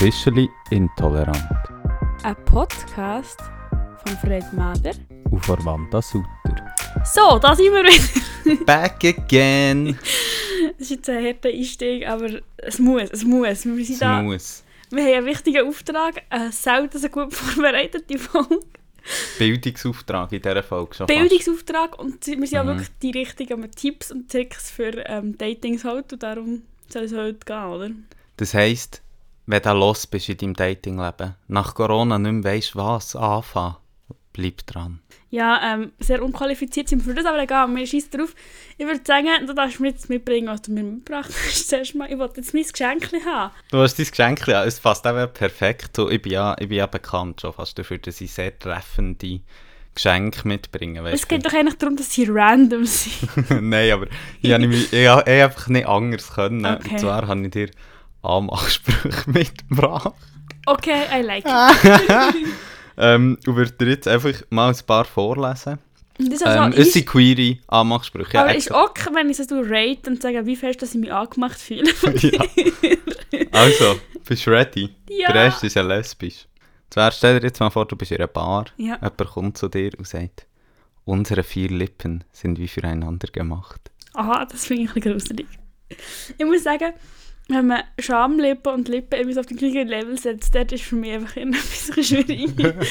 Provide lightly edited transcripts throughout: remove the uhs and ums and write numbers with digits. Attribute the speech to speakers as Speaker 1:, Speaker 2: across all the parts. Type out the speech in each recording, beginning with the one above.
Speaker 1: Officially Intolerant.
Speaker 2: Ein Podcast von Fred Mader
Speaker 1: Und von Wanda Sutter.
Speaker 2: So, da sind wir wieder.
Speaker 1: Back again!
Speaker 2: Das ist jetzt ein harter Einstieg, aber es muss. Wir sind da.
Speaker 1: Muss.
Speaker 2: Wir haben einen wichtigen Auftrag, eine selten so gut vorbereitete Folge.
Speaker 1: Bildungsauftrag in dieser Folge schon
Speaker 2: Bildungsauftrag und wir sind ja wirklich die richtigen mit Tipps und Tricks für Datings halt und darum soll es heute gehen, oder?
Speaker 1: Das heisst, wenn du los bist in deinem Datingleben, nach Corona nicht mehr weisst, was anfangen, bleib dran.
Speaker 2: Ja, sehr unqualifiziert sind wir für das, aber egal, wir schießen drauf. Ich würde sagen, du darfst mir jetzt mitbringen, was du mir mitgebracht hast. Zuerst mal, ich wollte jetzt mein Geschenk haben.
Speaker 1: Du hast dein Geschenk, ja, es passt eben perfekt. So, ich bin ja bekannt schon fast dafür, dass ich sehr treffende Geschenke mitbringe.
Speaker 2: Es geht doch eigentlich darum, dass sie random sind.
Speaker 1: Nein, aber ich habe einfach nicht anders können.
Speaker 2: Okay.
Speaker 1: Und zwar habe ich dir Anmachsprüche mitgebracht.
Speaker 2: Okay, I like it.
Speaker 1: Und würde dir jetzt einfach mal ein paar vorlesen.
Speaker 2: Das also
Speaker 1: Es sind queere Anmachsprüche.
Speaker 2: Aber ist okay, wenn ich so rate und sage, wie fest dass ich mich angemacht fühle.
Speaker 1: Ja. Also, bist du ready?
Speaker 2: Ja.
Speaker 1: Der erste ist ja lesbisch. Zuerst stell dir jetzt mal vor, du bist in einer Bar.
Speaker 2: Ja.
Speaker 1: Jemand kommt zu dir und sagt, unsere 4 Lippen sind wie füreinander gemacht.
Speaker 2: Aha, das finde ich ein bisschen gruselig. Ich muss sagen, wenn man Schamlippen und Lippen immer so auf den gleichen Level setzt, das ist für mich einfach ein bisschen schwierig.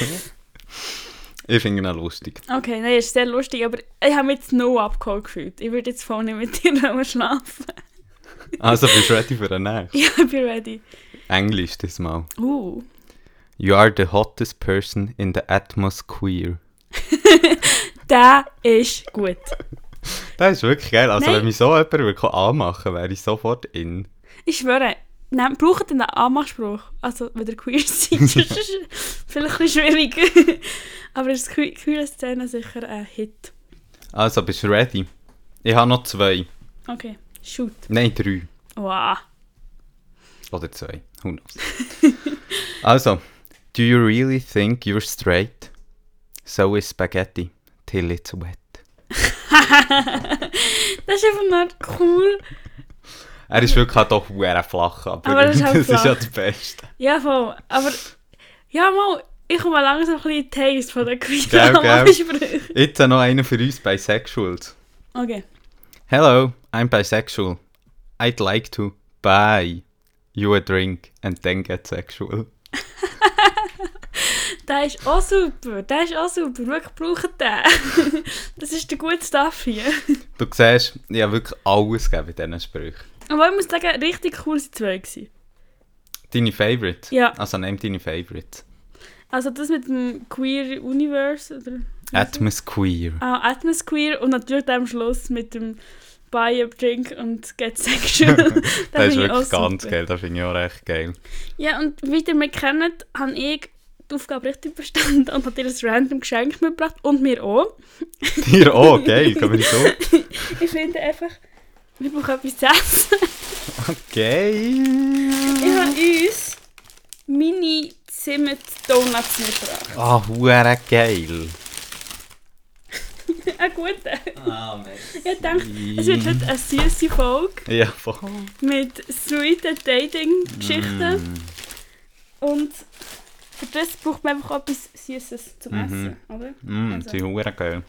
Speaker 1: Ich finde ihn auch lustig.
Speaker 2: Okay, nein, ist sehr lustig, aber ich habe mich jetzt noch abgeholt gefühlt. Ich würde jetzt vorne mit dir schlafen.
Speaker 1: Also, bist du ready für den nächsten?
Speaker 2: Ja, ich bin ready.
Speaker 1: Englisch das mal.
Speaker 2: You
Speaker 1: are the hottest person in the atmosphere.
Speaker 2: Der ist gut.
Speaker 1: Das ist wirklich geil. Also,
Speaker 2: Nein.
Speaker 1: wenn mich so jemand anmachen würde, wäre ich sofort in.
Speaker 2: Ich schwöre, braucht den Anmachspruch. Also, wenn ihr queer seid, das ist vielleicht ein bisschen schwierig. Aber es ist queer Szene sicher ein Hit.
Speaker 1: Also, bist du ready? Ich habe noch 2.
Speaker 2: Okay, shoot.
Speaker 1: Nein, 3.
Speaker 2: Wow.
Speaker 1: Oder 2. Who knows? Also, do you really think you're straight? So is spaghetti till it's wet.
Speaker 2: Das ist einfach nur cool.
Speaker 1: Er ist wirklich doch sehr flach, aber
Speaker 2: das ist auch
Speaker 1: das
Speaker 2: flach.
Speaker 1: ist ja das Beste.
Speaker 2: Ja, voll. Aber, ja, mal, ich komme langsam ein bisschen Taste von den queeren
Speaker 1: Gell.
Speaker 2: Anmachsprüchen.
Speaker 1: Jetzt noch einer für uns Bisexuals.
Speaker 2: Okay.
Speaker 1: Hello, I'm bisexual. I'd like to buy you a drink and then get sexual.
Speaker 2: Der ist auch super. Wirklich braucht den. Das ist der gute Stuff hier.
Speaker 1: Du siehst, ich habe wirklich alles gegeben in diesen Sprüchen.
Speaker 2: Aber ich muss sagen, richtig cool waren 2 gewesen.
Speaker 1: Deine Favorites?
Speaker 2: Ja.
Speaker 1: Also nimm deine Favorites.
Speaker 2: Also das mit dem Queer Universe, oder?
Speaker 1: Atmosqueer.
Speaker 2: Atmosqueer und natürlich am Schluss mit dem Buy a Drink und Get Sexual.
Speaker 1: Das ist
Speaker 2: finde ich
Speaker 1: wirklich
Speaker 2: auch
Speaker 1: ganz
Speaker 2: super.
Speaker 1: geil, das finde ich auch recht geil.
Speaker 2: Ja, und wie ihr mich kennt, habe ich die Aufgabe richtig verstanden und habe dir ein random Geschenk mitgebracht und mir auch.
Speaker 1: Dir auch, geil, kann man nicht so.
Speaker 2: Ich finde einfach, wir brauchen etwas zu essen.
Speaker 1: Geil.
Speaker 2: Ich habe uns Mini Zimmet Donuts mitgebracht.
Speaker 1: Ah, hure geil.
Speaker 2: Ein guter.
Speaker 1: Ah,
Speaker 2: Ich dachte, es wird heute eine süße Folge
Speaker 1: Ja, voll.
Speaker 2: mit sweeten Dating-Geschichten. Und für das braucht man einfach etwas Süßes zum Essen, oder?
Speaker 1: Die sind hure geil.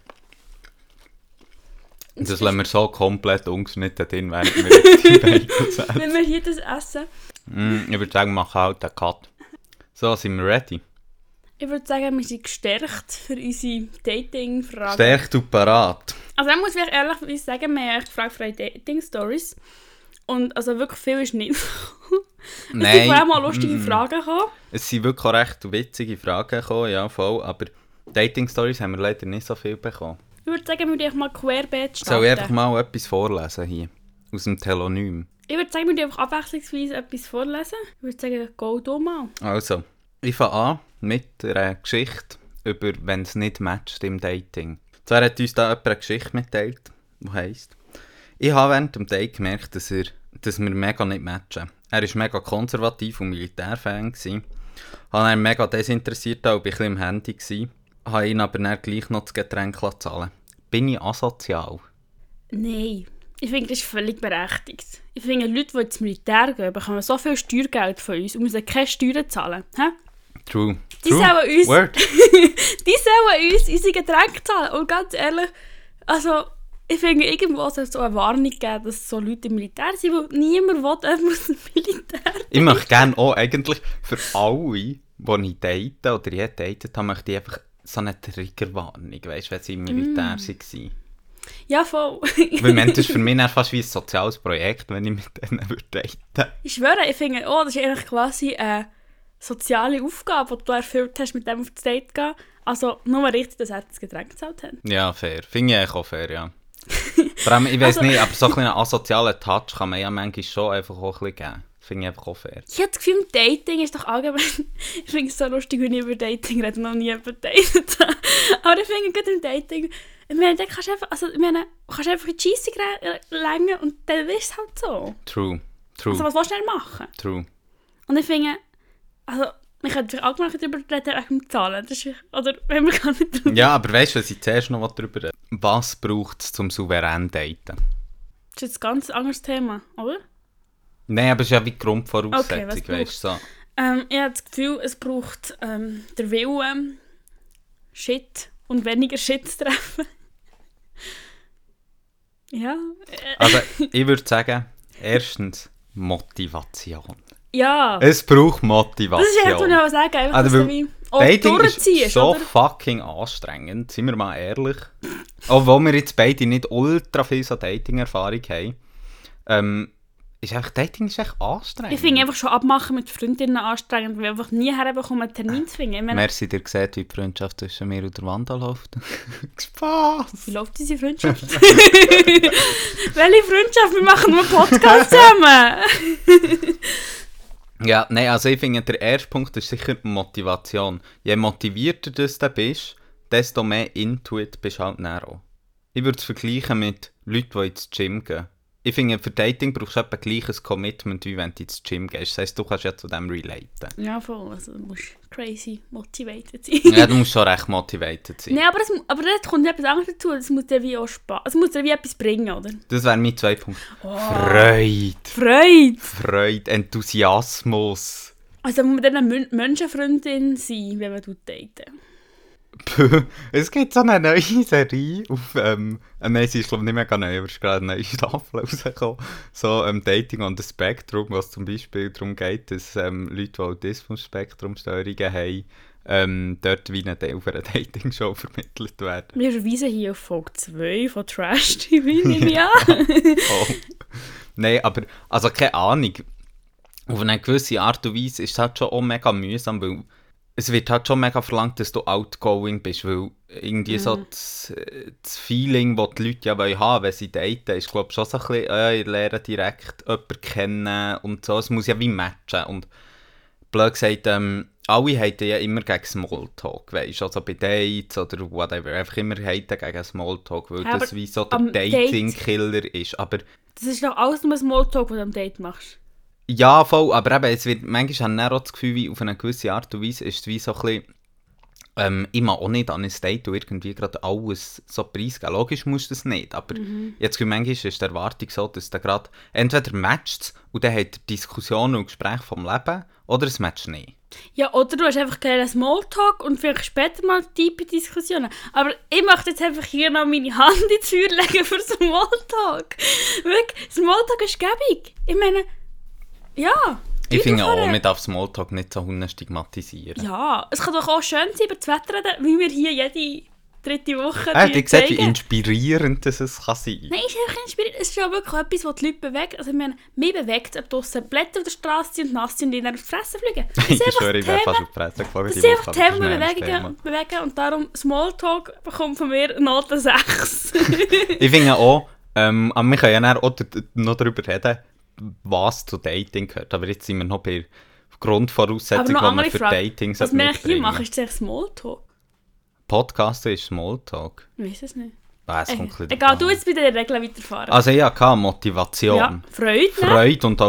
Speaker 1: Das lassen wir so komplett ungeschnitten drin, während wir jetzt die Bagels essen.
Speaker 2: Wenn wir hier das essen,
Speaker 1: Ich würde sagen, mach halt einen Cut. So, sind wir ready?
Speaker 2: ich würde sagen, wir sind gestärkt für unsere Dating-Fragen.
Speaker 1: Stärkt und parat.
Speaker 2: Also ich muss wirklich ehrlich sagen, wir haben euch gefragt für eure Dating-Stories. Und also wirklich viel ist nicht. Es sind vor allem mal lustige Fragen gekommen.
Speaker 1: Es sind wirklich auch recht witzige Fragen gekommen, ja voll, aber Dating-Stories haben wir leider nicht so viel bekommen.
Speaker 2: Ich würde sagen, wir würden einfach mal querbeet starten.
Speaker 1: Soll ich einfach mal etwas vorlesen hier? Aus dem Telonym.
Speaker 2: Ich würde sagen, wir würden einfach abwechslungsweise etwas vorlesen. Ich würde sagen, go du mal.
Speaker 1: Also, ich fange an mit einer Geschichte über, wenn es nicht matcht im Dating. Zwar hat uns da jemand eine Geschichte mitteilt, die heisst: Ich habe während dem Date gemerkt, dass wir mega nicht matchen. Er war mega konservativ und Militärfan. Habe ihn mega desinteressiert und war ein bisschen im Handy. Habe ihn aber dann gleich noch das Getränk zahlen. Bin ich asozial?
Speaker 2: Nein. Ich finde, das ist völlig berechtigt. Ich finde, Leute, die ins Militär gehen, bekommen so viel Steuergeld von uns und müssen keine Steuern zahlen. Hä?
Speaker 1: True.
Speaker 2: Die sollen uns,
Speaker 1: Word.
Speaker 2: die sollen uns unsere Getränke zahlen. Und ganz ehrlich, also ich finde, irgendwo soll es so eine Warnung geben, dass so Leute im Militär sind, weil niemand will jemand aus dem Militär.
Speaker 1: Ich möchte gerne auch eigentlich für alle, die ich date oder je datet habe, möchte ich einfach so eine Triggerwarnung, weißt du, wenn sie im Militär waren.
Speaker 2: Ja, voll.
Speaker 1: Weil das ist für mich dann fast wie ein soziales Projekt, wenn ich mit denen würde daten.
Speaker 2: Ich schwöre, ich finde, oh, das ist eigentlich quasi eine soziale Aufgabe, die du erfüllt hast, mit dem auf das Date zu gehen. Also nur richtig, dass er das Getränk gezahlt hat.
Speaker 1: Ja, fair. Finde ich eigentlich auch fair, ja. Vor allem, ich weiss nicht, aber so ein bisschen einen asozialen Touch kann man ja manchmal schon einfach auch ein bisschen geben. Das finde ich einfach auch fair.
Speaker 2: Ich habe das Gefühl, Dating ist doch allgemein... Ich finde es so lustig, wenn ich über Dating rede, noch nie über datet habe. Aber ich finde, gerade im Dating... Ich meine, da kannst du einfach... Also, ich meine, du kannst einfach in die Scheisse längen und dann ist es halt so.
Speaker 1: True.
Speaker 2: Also, was willst du denn machen?
Speaker 1: True.
Speaker 2: Und ich finde... Also, wir können vielleicht allgemein darüber reden, wegen dem Zahlen. Das ist, oder wenn wir gar nicht drüber...
Speaker 1: Ja, aber weißt du, was ich zuerst noch darüber rede? Was braucht es zum souverän daten?
Speaker 2: Das ist jetzt ein ganz anderes Thema, oder?
Speaker 1: Nein, aber es ist ja wie die Grundvoraussetzung,
Speaker 2: Okay, was
Speaker 1: weißt du, so.
Speaker 2: Ich habe das Gefühl, es braucht der Wille, Shit und weniger Shit zu treffen. Ja.
Speaker 1: Also, ich würde sagen, erstens Motivation.
Speaker 2: Ja.
Speaker 1: Es braucht Motivation.
Speaker 2: Das ist echt, was ich auch sagen. Einfach,
Speaker 1: Also,
Speaker 2: dass du wie auch
Speaker 1: Dating
Speaker 2: durchziehst,
Speaker 1: ist so
Speaker 2: oder?
Speaker 1: fucking anstrengend, sind wir mal ehrlich. Obwohl wir jetzt beide nicht ultra viel so Dating-Erfahrung haben. Dating ist echt anstrengend.
Speaker 2: Ich finde einfach schon abmachen mit Freundinnen anstrengend, weil wir einfach nie herbekommen, einen Termin zu finden. Ich meine,
Speaker 1: Merci, dir seht, wie die Freundschaft zwischen mir und der Wanda läuft. Spaß!
Speaker 2: wie läuft diese Freundschaft? Welche Freundschaft? Wir machen nur Podcast zusammen!
Speaker 1: Ja, nein, also ich finde, der erste Punkt ist sicher Motivation. Je motivierter du bist, desto mehr Intuit bist du halt dann auch. Ich würde es vergleichen mit Leuten, die ins Gym gehen. Ich finde, für Dating brauchst du etwa gleiches Commitment, wie wenn du ins Gym gehst. Das heisst, du kannst ja zu dem relaten.
Speaker 2: Ja, voll. Also, du musst crazy motivated sein.
Speaker 1: Ja, du musst schon recht motiviert sein.
Speaker 2: Nein, aber da kommt etwas anderes dazu. Das muss dir wie auch Spaß. Es muss dir wie etwas bringen, oder?
Speaker 1: Das wäre mein 2 Punkt.
Speaker 2: Oh.
Speaker 1: Freude,
Speaker 2: Freude!
Speaker 1: Enthusiasmus.
Speaker 2: Also, man muss dann eine Menschenfreundin sein, wenn man daten.
Speaker 1: Es gibt so eine neue Serie auf, nein, sie ist glaube ich nicht mega neu, aber es ist gerade eine neue Staffel rausgekommen. So Dating on the Spectrum, was zum Beispiel darum geht, dass Leute, die Autismus-Spektrum-Störungen haben, dort wie auf einer Dating-Show vermittelt werden.
Speaker 2: Wir verweisen hier auf Folge 2 von Trash TV, nehme ich an.
Speaker 1: Oh. Nein, aber, also keine Ahnung. Auf eine gewisse Art und Weise ist es halt schon auch mega mühsam, weil es wird halt schon mega verlangt, dass du outgoing bist, weil irgendwie so das Feeling, das die Leute ja haben wollen, wenn sie daten, ist glaube ich schon so ein bisschen, ich lerne direkt jemanden kennen und so. Es muss ja wie matchen und blöd gesagt, alle haten ja immer gegen Smalltalk, weißt du, also bei Dates oder whatever, einfach immer haten gegen Smalltalk, weil
Speaker 2: Ja,
Speaker 1: das wie so der Dating-Killer ist, aber...
Speaker 2: Das ist doch alles nur Smalltalk, was du am Date machst.
Speaker 1: Ja, voll, aber eben, es wird, manchmal habe ich dann auch das Gefühl, wie auf eine gewisse Art und Weise ist es wie so ein bisschen, ich mag auch nicht an ein Date und irgendwie gerade alles so preisgeben. Logisch musst du das nicht, aber jetzt manchmal ist die Erwartung so, dass du gerade entweder matcht und dann hat Diskussionen und Gespräche vom Leben oder es matcht nicht.
Speaker 2: Ja, oder du hast einfach keinen Smalltalk und vielleicht später mal tiefe Diskussionen. Aber ich möchte jetzt einfach hier noch meine Hand ins Feuer legen für Smalltalk. Wirklich, Smalltalk ist gäbig. Ich meine, ja.
Speaker 1: Ich finde auch, man darf Smalltalk nicht so stigmatisieren.
Speaker 2: Ja, es kann doch auch schön sein, über das Wetter reden, wie wir hier jede dritte Woche
Speaker 1: die sieht, wie inspirierend das es kann sein.
Speaker 2: Nein, es ist einfach inspirierend. Es ist ja wirklich etwas, was die Leute bewegt. Also ich meine, mich bewegt, ob draussen Blätter auf der Straße sind und nass sind und ihnen auf die Fresse fliegen.
Speaker 1: Ich schwöre, ich wäre fast auf die Fresse geflogen.
Speaker 2: Das sind einfach Themen, die bewegen und darum Smalltalk bekommt von mir Note 6.
Speaker 1: Ich finde auch, aber wir können ja auch noch darüber reden, was zu Dating gehört. Aber jetzt sind wir noch bei Grundvoraussetzungen, die man für Dating
Speaker 2: was wir hier machen, ist echt Smalltalk.
Speaker 1: Podcasten ist Smalltalk.
Speaker 2: Ich weiß es nicht.
Speaker 1: Es kommt
Speaker 2: egal, du jetzt bei den Regeln weiterfahren.
Speaker 1: Also ich hatte Motivation.
Speaker 2: Ja, Freude.
Speaker 1: Freude und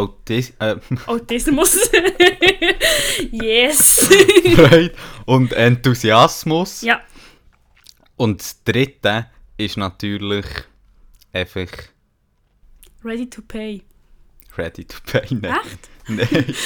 Speaker 2: Autismus. Yes.
Speaker 1: Freude und Enthusiasmus.
Speaker 2: Ja.
Speaker 1: Und das Dritte ist natürlich einfach
Speaker 2: Ready to pay.
Speaker 1: Ready to pay, nein.
Speaker 2: Echt?
Speaker 1: Nein.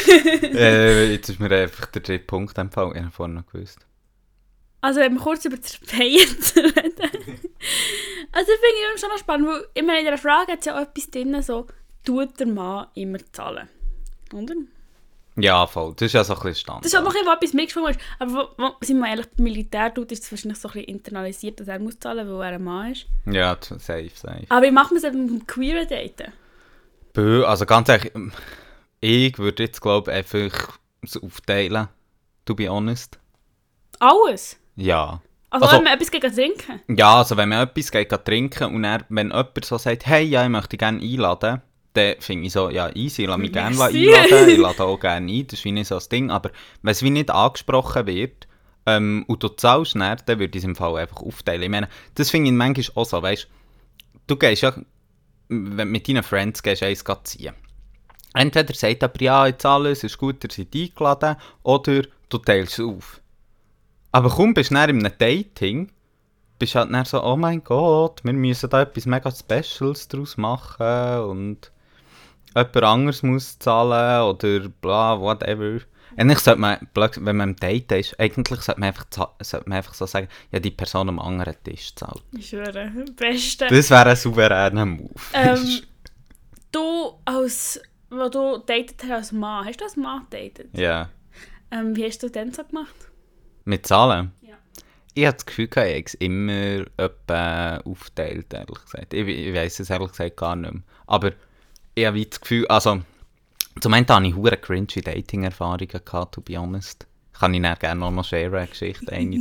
Speaker 1: Jetzt ist mir einfach der 3. Punkt empfohlen. Ich habe vorhin noch gewusst.
Speaker 2: Also wenn wir kurz über das Payen reden. Also ich finde es schon noch spannend, weil immer in dieser Frage hat es ja auch etwas drin, so, tut der Mann immer zahlen? Oder?
Speaker 1: Ja, voll. Das ist ja so ein bisschen Standard.
Speaker 2: Das ist auch noch etwas mitgesprungen ist. Aber sind wir ehrlich, beim Militär tut, ist es wahrscheinlich so ein bisschen internalisiert, dass er muss zahlen, weil er ein Mann ist.
Speaker 1: Ja, safe.
Speaker 2: Aber wie macht man es eben mit dem queeren Daten?
Speaker 1: Also ganz ehrlich, ich würde jetzt glaube ich einfach so aufteilen, to be honest.
Speaker 2: Alles?
Speaker 1: Ja.
Speaker 2: Also wenn man etwas gegen trinken?
Speaker 1: Ja, also wenn man etwas gegen trinken und dann, wenn jemand so sagt, hey, ja, ich möchte gerne einladen, dann finde ich so, ja, easy, lass mich gerne einladen, ich lade auch gerne ein, das ist wie nicht so das Ding, aber wenn es wie nicht angesprochen wird und du zahlst dann würde ich es im Fall einfach aufteilen. Ich meine, das finde ich manchmal auch so, weißt du, gehst ja, wenn du mit deinen Friends gehst, eins ziehen. Entweder sagt aber, ja, jetzt alles ist gut, ihr seid eingeladen, oder du teilst es auf. Aber kaum bist du dann in einem Dating, bist du halt dann so, oh mein Gott, wir müssen da etwas mega Specials draus machen und jemand anderes muss zahlen oder bla, whatever. Eigentlich sollte man, wenn man im Date ist, eigentlich sollte man einfach so sagen, ja, die Person am anderen Tisch zahlt.
Speaker 2: Ich schwöre, Beste.
Speaker 1: Das wäre ein souveräner Move.
Speaker 2: Du, als du datet hast als Mann, hast du als Mann datet?
Speaker 1: Ja.
Speaker 2: Wie hast du das denn so gemacht?
Speaker 1: Mit Zahlen?
Speaker 2: Ja.
Speaker 1: Ich habe das Gefühl, ich habe es immer etwa aufteilt, ehrlich gesagt. Ich weiss es ehrlich gesagt gar nicht mehr. Aber ich habe das Gefühl, also zum einen hatte ich hure cringe Dating-Erfahrungen gehabt, to be honest. Kann ich dann gerne noch share, eine Geschichte, eine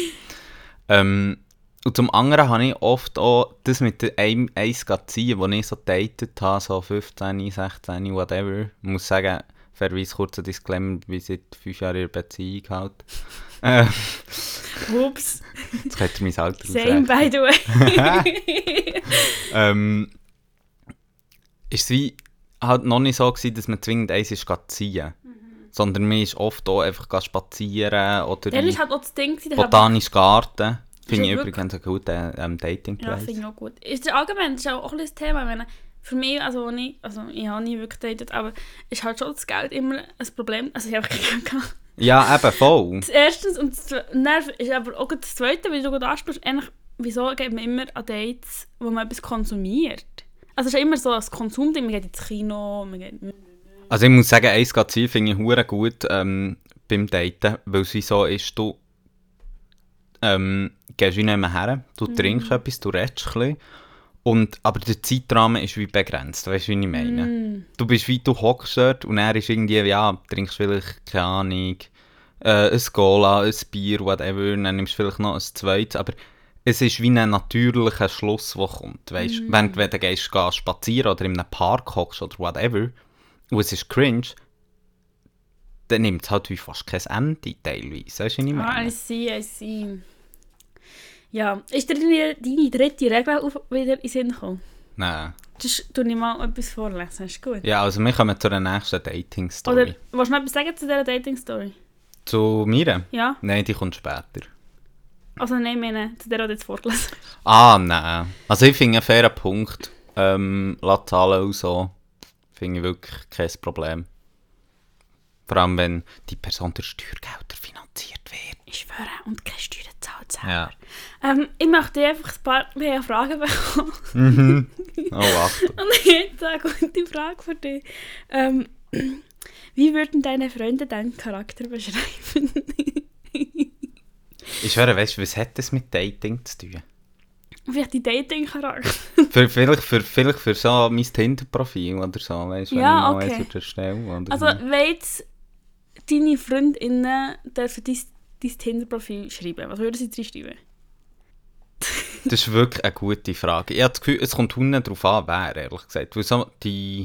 Speaker 1: davon. Und zum anderen habe ich oft auch das mit einem Eis ziehen, wo ich so datet habe, so 15, 16, whatever. Ich muss sagen, fairerweise kurzer Disclaimer, wie seit 5 Jahren in der Beziehung halt.
Speaker 2: Ups.
Speaker 1: Jetzt könnt ihr mein Alter
Speaker 2: Same, by the way.
Speaker 1: Ist es wie halt noch nicht so gewesen, dass man zwingend eins ist ziehen. Sondern man ist oft auch einfach spazieren oder
Speaker 2: Dann ist halt auch das Ding,
Speaker 1: Botanischen Garten. Finde ich
Speaker 2: Ist
Speaker 1: übrigens einen guten Dating-Place.
Speaker 2: ja, finde ich auch gut. Ist allgemein, das ist auch ein bisschen das Thema. Wenn, für mich, ich habe nie wirklich gedatet, aber ist halt schon das Geld immer ein Problem. Also ich habe kein Geld gehabt.
Speaker 1: Ja, eben, voll.
Speaker 2: Das Erste und dann ist aber auch das Zweite, wie du gerade ansprichst, eigentlich, wieso geht man immer an Dates, wo man etwas konsumiert? Also es ist ja immer so ein Konsumding, man geht ins Kino, man geht...
Speaker 1: Also ich muss sagen, eins ziehen finde ich hure gut beim Daten, weil es wie so ist, du gehst wie nicht mehr her, du trinkst etwas, du redest ein bisschen, aber der Zeitrahmen ist wie begrenzt, weißt du, wie ich meine? Du bist wie, du hockst dort und er ist irgendwie, ja, trinkst vielleicht, keine Ahnung, ein Cola, ein Bier, whatever, dann nimmst du vielleicht noch ein zweites, aber es ist wie ein natürlicher Schluss, der kommt, weißt du? Wenn du gehst spazieren oder in einem Park hockst oder whatever, und es ist cringe, dann nimmt es halt wie fast kein Ende teilweise, weißt du, wie ich meine?
Speaker 2: I see. Ja, ist dir deine dritte Regel wieder in den Sinn gekommen?
Speaker 1: Nein.
Speaker 2: Das tue ich mal etwas vorlesen, ist gut?
Speaker 1: Ja, also wir kommen zu der nächsten Dating-Story.
Speaker 2: Oder willst du noch etwas sagen zu dieser Dating-Story?
Speaker 1: Zu mir?
Speaker 2: Ja?
Speaker 1: Nein, die kommt später.
Speaker 2: Also nein, meine, zu der du jetzt vorgelesen.
Speaker 1: Nein. Also ich finde einen fairen Punkt. Lass zahlen und so. Finde ich wirklich kein Problem. Vor allem, wenn die Person durch Steuergelder finanziert wird.
Speaker 2: Ich schwöre, und keine Steuern zahlt selber.
Speaker 1: Ja.
Speaker 2: Ich möchte dir einfach ein paar mehr Fragen bekommen.
Speaker 1: Oh, Achtung.
Speaker 2: Und jetzt eine gute Frage für dich. Wie würden deine Freunde deinen Charakter beschreiben?
Speaker 1: Ich schwöre, weißt du, was hat das mit Dating zu tun?
Speaker 2: Vielleicht die Dating-Charakter.
Speaker 1: Vielleicht für so mein Tinder-Profil oder so, weißt du,
Speaker 2: Ja,
Speaker 1: wenn ich
Speaker 2: okay.
Speaker 1: noch eins erstellen oder
Speaker 2: Also, wenn jetzt deine FreundInnen dürfen dein Tinder-Profil schreiben, was würden sie drin schreiben?
Speaker 1: Das ist wirklich eine gute Frage. Ich habe das Gefühl, es kommt unten darauf an, wer, ehrlich gesagt. Weil so die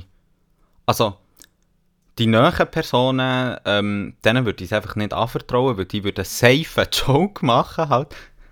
Speaker 1: nahen Personen, denen würde ich es einfach nicht anvertrauen, weil die würden einen safen Joke machen halt.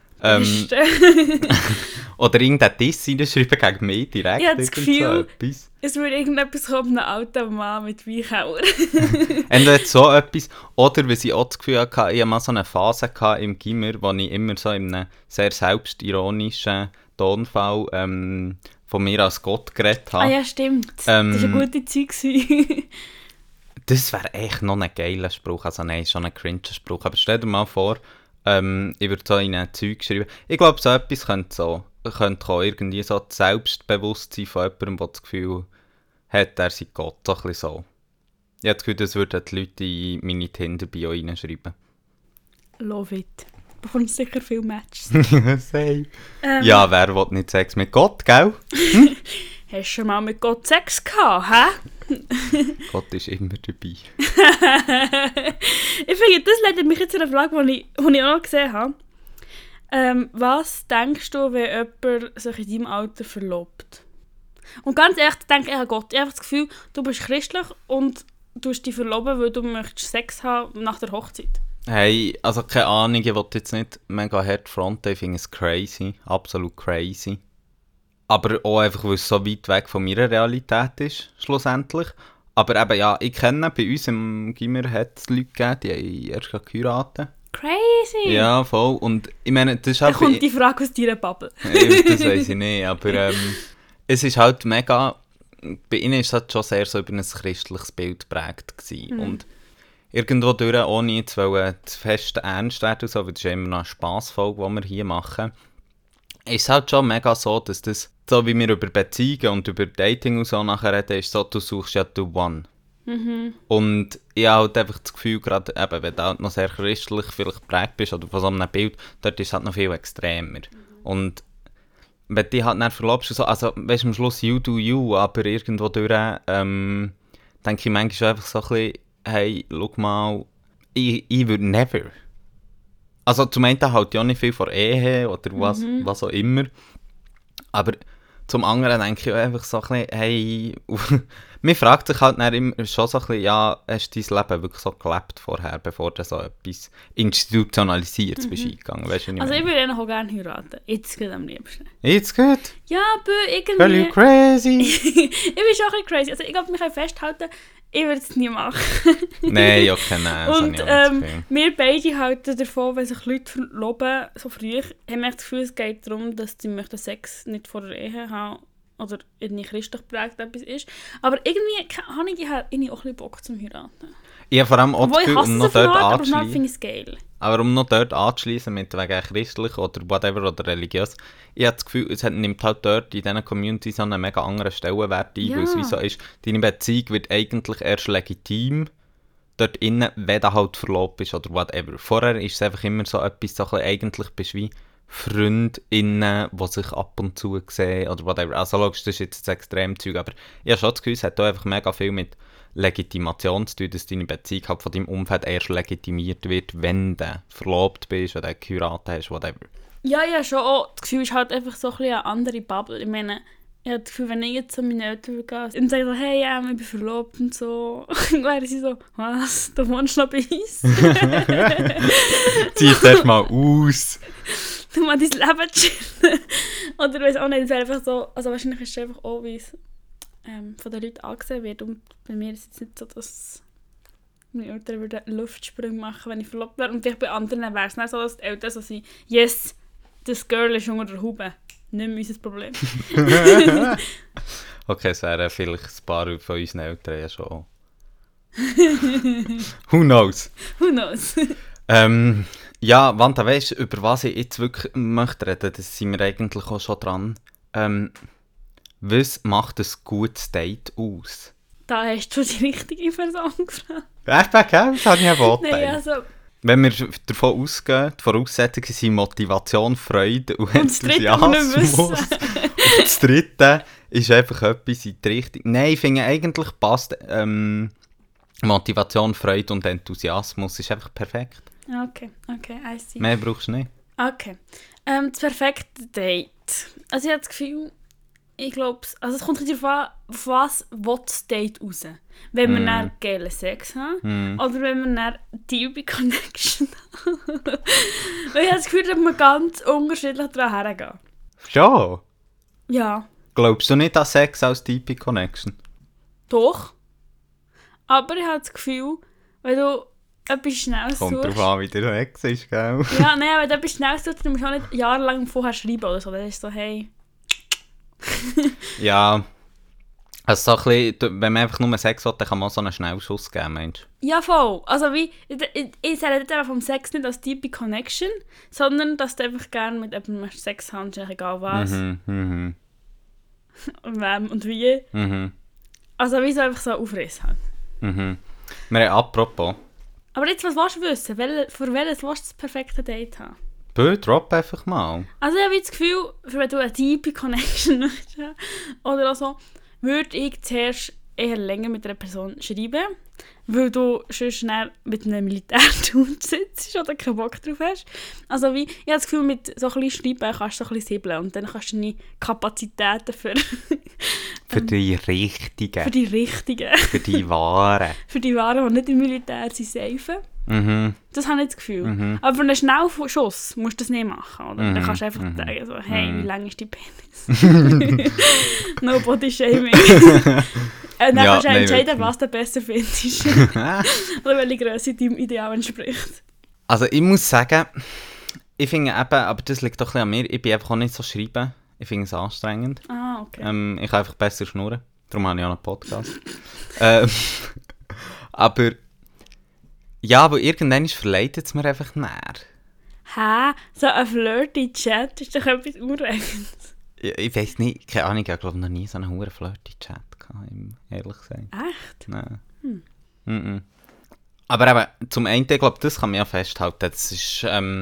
Speaker 1: Oder irgendeinen Diss reinschreiben gegen mich direkt.
Speaker 2: Ich habe das Gefühl,
Speaker 1: so
Speaker 2: es würde irgendetwas kommen, ein alter Mann mit Weichauer.
Speaker 1: Entweder so etwas, oder weil ich auch das Gefühl hatte, ich hatte mal so eine Phase im Gimmer, wo ich immer so in einem sehr selbstironischen Tonfall von mir als Gott geredet habe.
Speaker 2: Ah ja, stimmt. Das war eine gute Zeit.
Speaker 1: Das wäre echt noch ein geiler Spruch. Also nein, schon ein cringe Spruch. Aber stell dir mal vor, ich würde so in ein Zeug schreiben. Ich glaube, so etwas könnte kommen. Irgendwie so das Selbstbewusstsein von jemandem, der das Gefühl hat, er sei Gott. So ein bisschen so. Ich habe das Gefühl, das würden die Leute in meine Tinder-Bio reinschreiben.
Speaker 2: Love it. Du bekommst sicher viele Matches.
Speaker 1: Same. Ja, wer will nicht Sex mit Gott, gell?
Speaker 2: Hast du schon mal mit Gott Sex gehabt, hä?
Speaker 1: Gott ist immer dabei.
Speaker 2: Ich finde, das leitet mich jetzt zu einer Frage, die ich auch noch gesehen habe. Was denkst du, wenn jemand sich in deinem Alter verlobt? Und ganz ehrlich, denke ich an Gott. Ich habe das Gefühl, du bist christlich und du dich verloben, weil du möchtest Sex haben nach der Hochzeit.
Speaker 1: Hey, also keine Ahnung, ich will jetzt nicht mega hart fronten, ich finde es crazy, absolut crazy. Aber auch einfach, weil es so weit weg von meiner Realität ist, schlussendlich. Aber eben, ja, ich kenne, bei uns im Gimmer hat es Leute gegeben, die haben erst geheiratet.
Speaker 2: Crazy!
Speaker 1: Ja, voll. Und ich meine, das ist
Speaker 2: Da
Speaker 1: halt...
Speaker 2: kommt die Frage aus deiner Bubble.
Speaker 1: Das weiss ich nicht, aber es ist halt mega... Bei ihnen war es halt schon sehr so über ein christliches Bild geprägt gewesen. Und irgendwo durch, ohne jetzt zu fest ernst werden, so, weil das ist ja immer noch eine Spassfolge, die wir hier machen, ist es halt schon mega so, dass das, so wie wir über Beziehungen und über Dating und so nachher reden, ist so, du suchst ja the one. Und ich habe halt einfach das Gefühl, gerade eben, wenn du halt noch sehr christlich vielleicht geprägt bist oder von so einem Bild, dort ist es halt noch viel extremer. Und wenn du dich halt nicht verlobst, so, also weißt du, am Schluss you do you, aber irgendwo durch, denke ich manchmal einfach so ein bisschen, hey, schau mal, ich würde never. Also zum einen halt ja nicht viel von Ehe oder was auch immer, aber zum anderen denke ich einfach so ein bisschen, hey, man fragt sich halt dann immer schon so ein bisschen, ja, hast du dein Leben wirklich so gelebt vorher, bevor du so etwas Institutionalisiertes bist eingegangen, weißt du, was ich
Speaker 2: Also
Speaker 1: meine?
Speaker 2: ich würde ihn auch gerne heiraten. Jetzt geht am liebsten.
Speaker 1: Jetzt gut?
Speaker 2: Ja, aber irgendwie...
Speaker 1: Are you crazy?
Speaker 2: Ich bin schon ein bisschen crazy. Also ich glaube, wir können festhalten, ich würde es nie machen.
Speaker 1: Nein, okay, nein, das habe
Speaker 2: Und
Speaker 1: ich auch nicht viel.
Speaker 2: wir beide halten davon, wenn sich Leute verloben, so früh, haben wir das Gefühl, es geht darum, dass sie möchten Sex nicht vor der Ehe haben oder irgendwie christlich geprägt etwas ist. Aber irgendwie habe ich auch ein bisschen Bock zum Heiraten.
Speaker 1: Ich habe vor allem auch das
Speaker 2: Obwohl ich
Speaker 1: Gefühl,
Speaker 2: hasse
Speaker 1: um
Speaker 2: es
Speaker 1: noch
Speaker 2: auf eine
Speaker 1: dort
Speaker 2: Art, aber auf eine Art
Speaker 1: anzuschließen.
Speaker 2: finde ich es geil.
Speaker 1: Aber um noch dort anzuschließen mit wegen christlich oder whatever oder religiös, ich habe das Gefühl, es nimmt halt dort in diesen Communities einen mega anderen Stellenwert ein,
Speaker 2: Ja.
Speaker 1: weil es wie so ist, deine Beziehung wird eigentlich erst legitim dort innen, wenn du halt verlobt bist oder whatever. Vorher ist es einfach immer so etwas, so ein bisschen, eigentlich bist du wie FreundInnen, die sich ab und zu sehen oder whatever. Also logisch, das ist jetzt das Extremzeug, aber ich habe schon das Gefühl, es hat auch einfach mega viel mit Legitimation zu tun, dass deine Beziehung halt von deinem Umfeld erst legitimiert wird, wenn du verlobt bist, wenn du geheiratet hast, whatever.
Speaker 2: Ja, ja, schon auch. Das Gefühl ist halt einfach so ein bisschen eine andere Bubble. Ich meine, ich habe das Gefühl, wenn ich jetzt zu meinen Eltern gehe und sage so, hey, ja, ich bin verlobt und so, dann wären sie so, was, du wohnst noch bei uns?
Speaker 1: Zieh es erstmal aus.
Speaker 2: Du mal dein Leben chillen. Oder ich weiß auch nicht, es wäre einfach so, also wahrscheinlich ist es einfach auch, wie es von den Leuten angesehen wird. Und bei mir ist es nicht so, dass meine Eltern würden Luftsprünge machen, wenn ich verlobt wäre. Und vielleicht bei anderen wäre es nicht so, dass die Eltern so sind, yes, das Girl ist unter der Haube. Nicht mehr unser Problem.
Speaker 1: Okay, es wären vielleicht ein paar von unseren Eltern ja schon. Who knows?
Speaker 2: Who knows?
Speaker 1: Ja, Wanda, weisst du, über was ich jetzt wirklich möchte reden, das sind wir eigentlich auch schon dran. Was macht ein gutes Date aus?
Speaker 2: Da hast du die richtige Person gefragt.
Speaker 1: Echt, gell? Das habe ich ja wohl
Speaker 2: Nein, also,
Speaker 1: Wenn wir davon ausgehen, die Voraussetzungen sind Motivation, Freude und
Speaker 2: und das dritte, aber nicht
Speaker 1: Enthusiasmus.
Speaker 2: wissen.
Speaker 1: Und das dritte ist einfach etwas in die Richtung. Nein, ich finde eigentlich passt Motivation, Freude und Enthusiasmus ist einfach perfekt.
Speaker 2: Okay, I see.
Speaker 1: Mehr brauchst du nicht.
Speaker 2: Okay. Das perfekte Date. Also ich habe das Gefühl, ich glaube, also es kommt darauf an, auf was will das Date raus. Wenn wir dann geilen Sex haben oder wenn wir dann die Connection haben. Weil ich habe das Gefühl, dass wir ganz unterschiedlich daran hergehen.
Speaker 1: Schon?
Speaker 2: Ja,
Speaker 1: Glaubst du nicht an Sex als Deep Connection?
Speaker 2: doch. Aber ich habe das Gefühl, wenn du etwas Schnelles
Speaker 1: Kommt
Speaker 2: suchst...
Speaker 1: drauf an, wie der Ex ist, gell?
Speaker 2: Ja, nein, wenn du etwas Schnelles suchst, dann musst du auch nicht jahrelang vorher schreiben oder so. Dann ist es so, hey...
Speaker 1: Ja, also so ein bisschen, wenn man einfach nur Sex will, dann kann man auch so einen Schnellschuss geben, meinst du?
Speaker 2: Ja, voll. Also wie, ich sage nicht einfach vom Sex nicht als Deep Connection, sondern dass du einfach gerne mit jemandem Sex hast, egal was, und wem und wie. Also wie so einfach so Aufriss haben.
Speaker 1: Wir haben apropos,
Speaker 2: Aber jetzt, was willst du wissen? Für welches willst du das perfekte Date haben?
Speaker 1: drop einfach mal.
Speaker 2: Also ich habe das Gefühl, wenn du eine Deep Connection möchtest oder auch so, würde ich zuerst eher länger mit einer Person schreiben, weil du sonst schnell mit einem Militärdude sitzt oder keinen Bock drauf hast. Also wie, ich habe das Gefühl, mit so ein bisschen Schreiben kannst du so ein bisschen siebeln und dann kannst du deine Kapazitäten
Speaker 1: Für die Richtigen.
Speaker 2: für die Richtigen,
Speaker 1: Für die Wahren.
Speaker 2: für die Waren, die nicht im Militär sind, safen. Das habe ich das Gefühl. Aber für einen Schnellschuss musst du das nicht machen, oder? Dann kannst du einfach sagen, so, hey, wie lang ist dein Penis? No body shaming. Dann
Speaker 1: Ja,
Speaker 2: kannst du
Speaker 1: nein,
Speaker 2: entscheiden,
Speaker 1: wirklich.
Speaker 2: was du besser findest. Oder welche Grösse deinem Ideal entspricht.
Speaker 1: Also ich muss sagen, ich finde eben, aber das liegt doch ein bisschen an mir, ich bin einfach auch nicht so schreiben. Ich finde es anstrengend.
Speaker 2: Ah, okay.
Speaker 1: Ich kann einfach besser schnurren. Darum habe ich auch einen Podcast. Aber ja, aber irgendwann verleitet es mir einfach näher.
Speaker 2: Hä? So ein flirty Chat ist doch etwas Unregendes.
Speaker 1: Ich weiss nicht, keine Ahnung, ich glaube noch nie so einen hohen Flirty-Chat gehabt, um ehrlich zu sein.
Speaker 2: Echt?
Speaker 1: Nein. Aber eben, zum einen, ich glaube, das kann man ja festhalten, das ist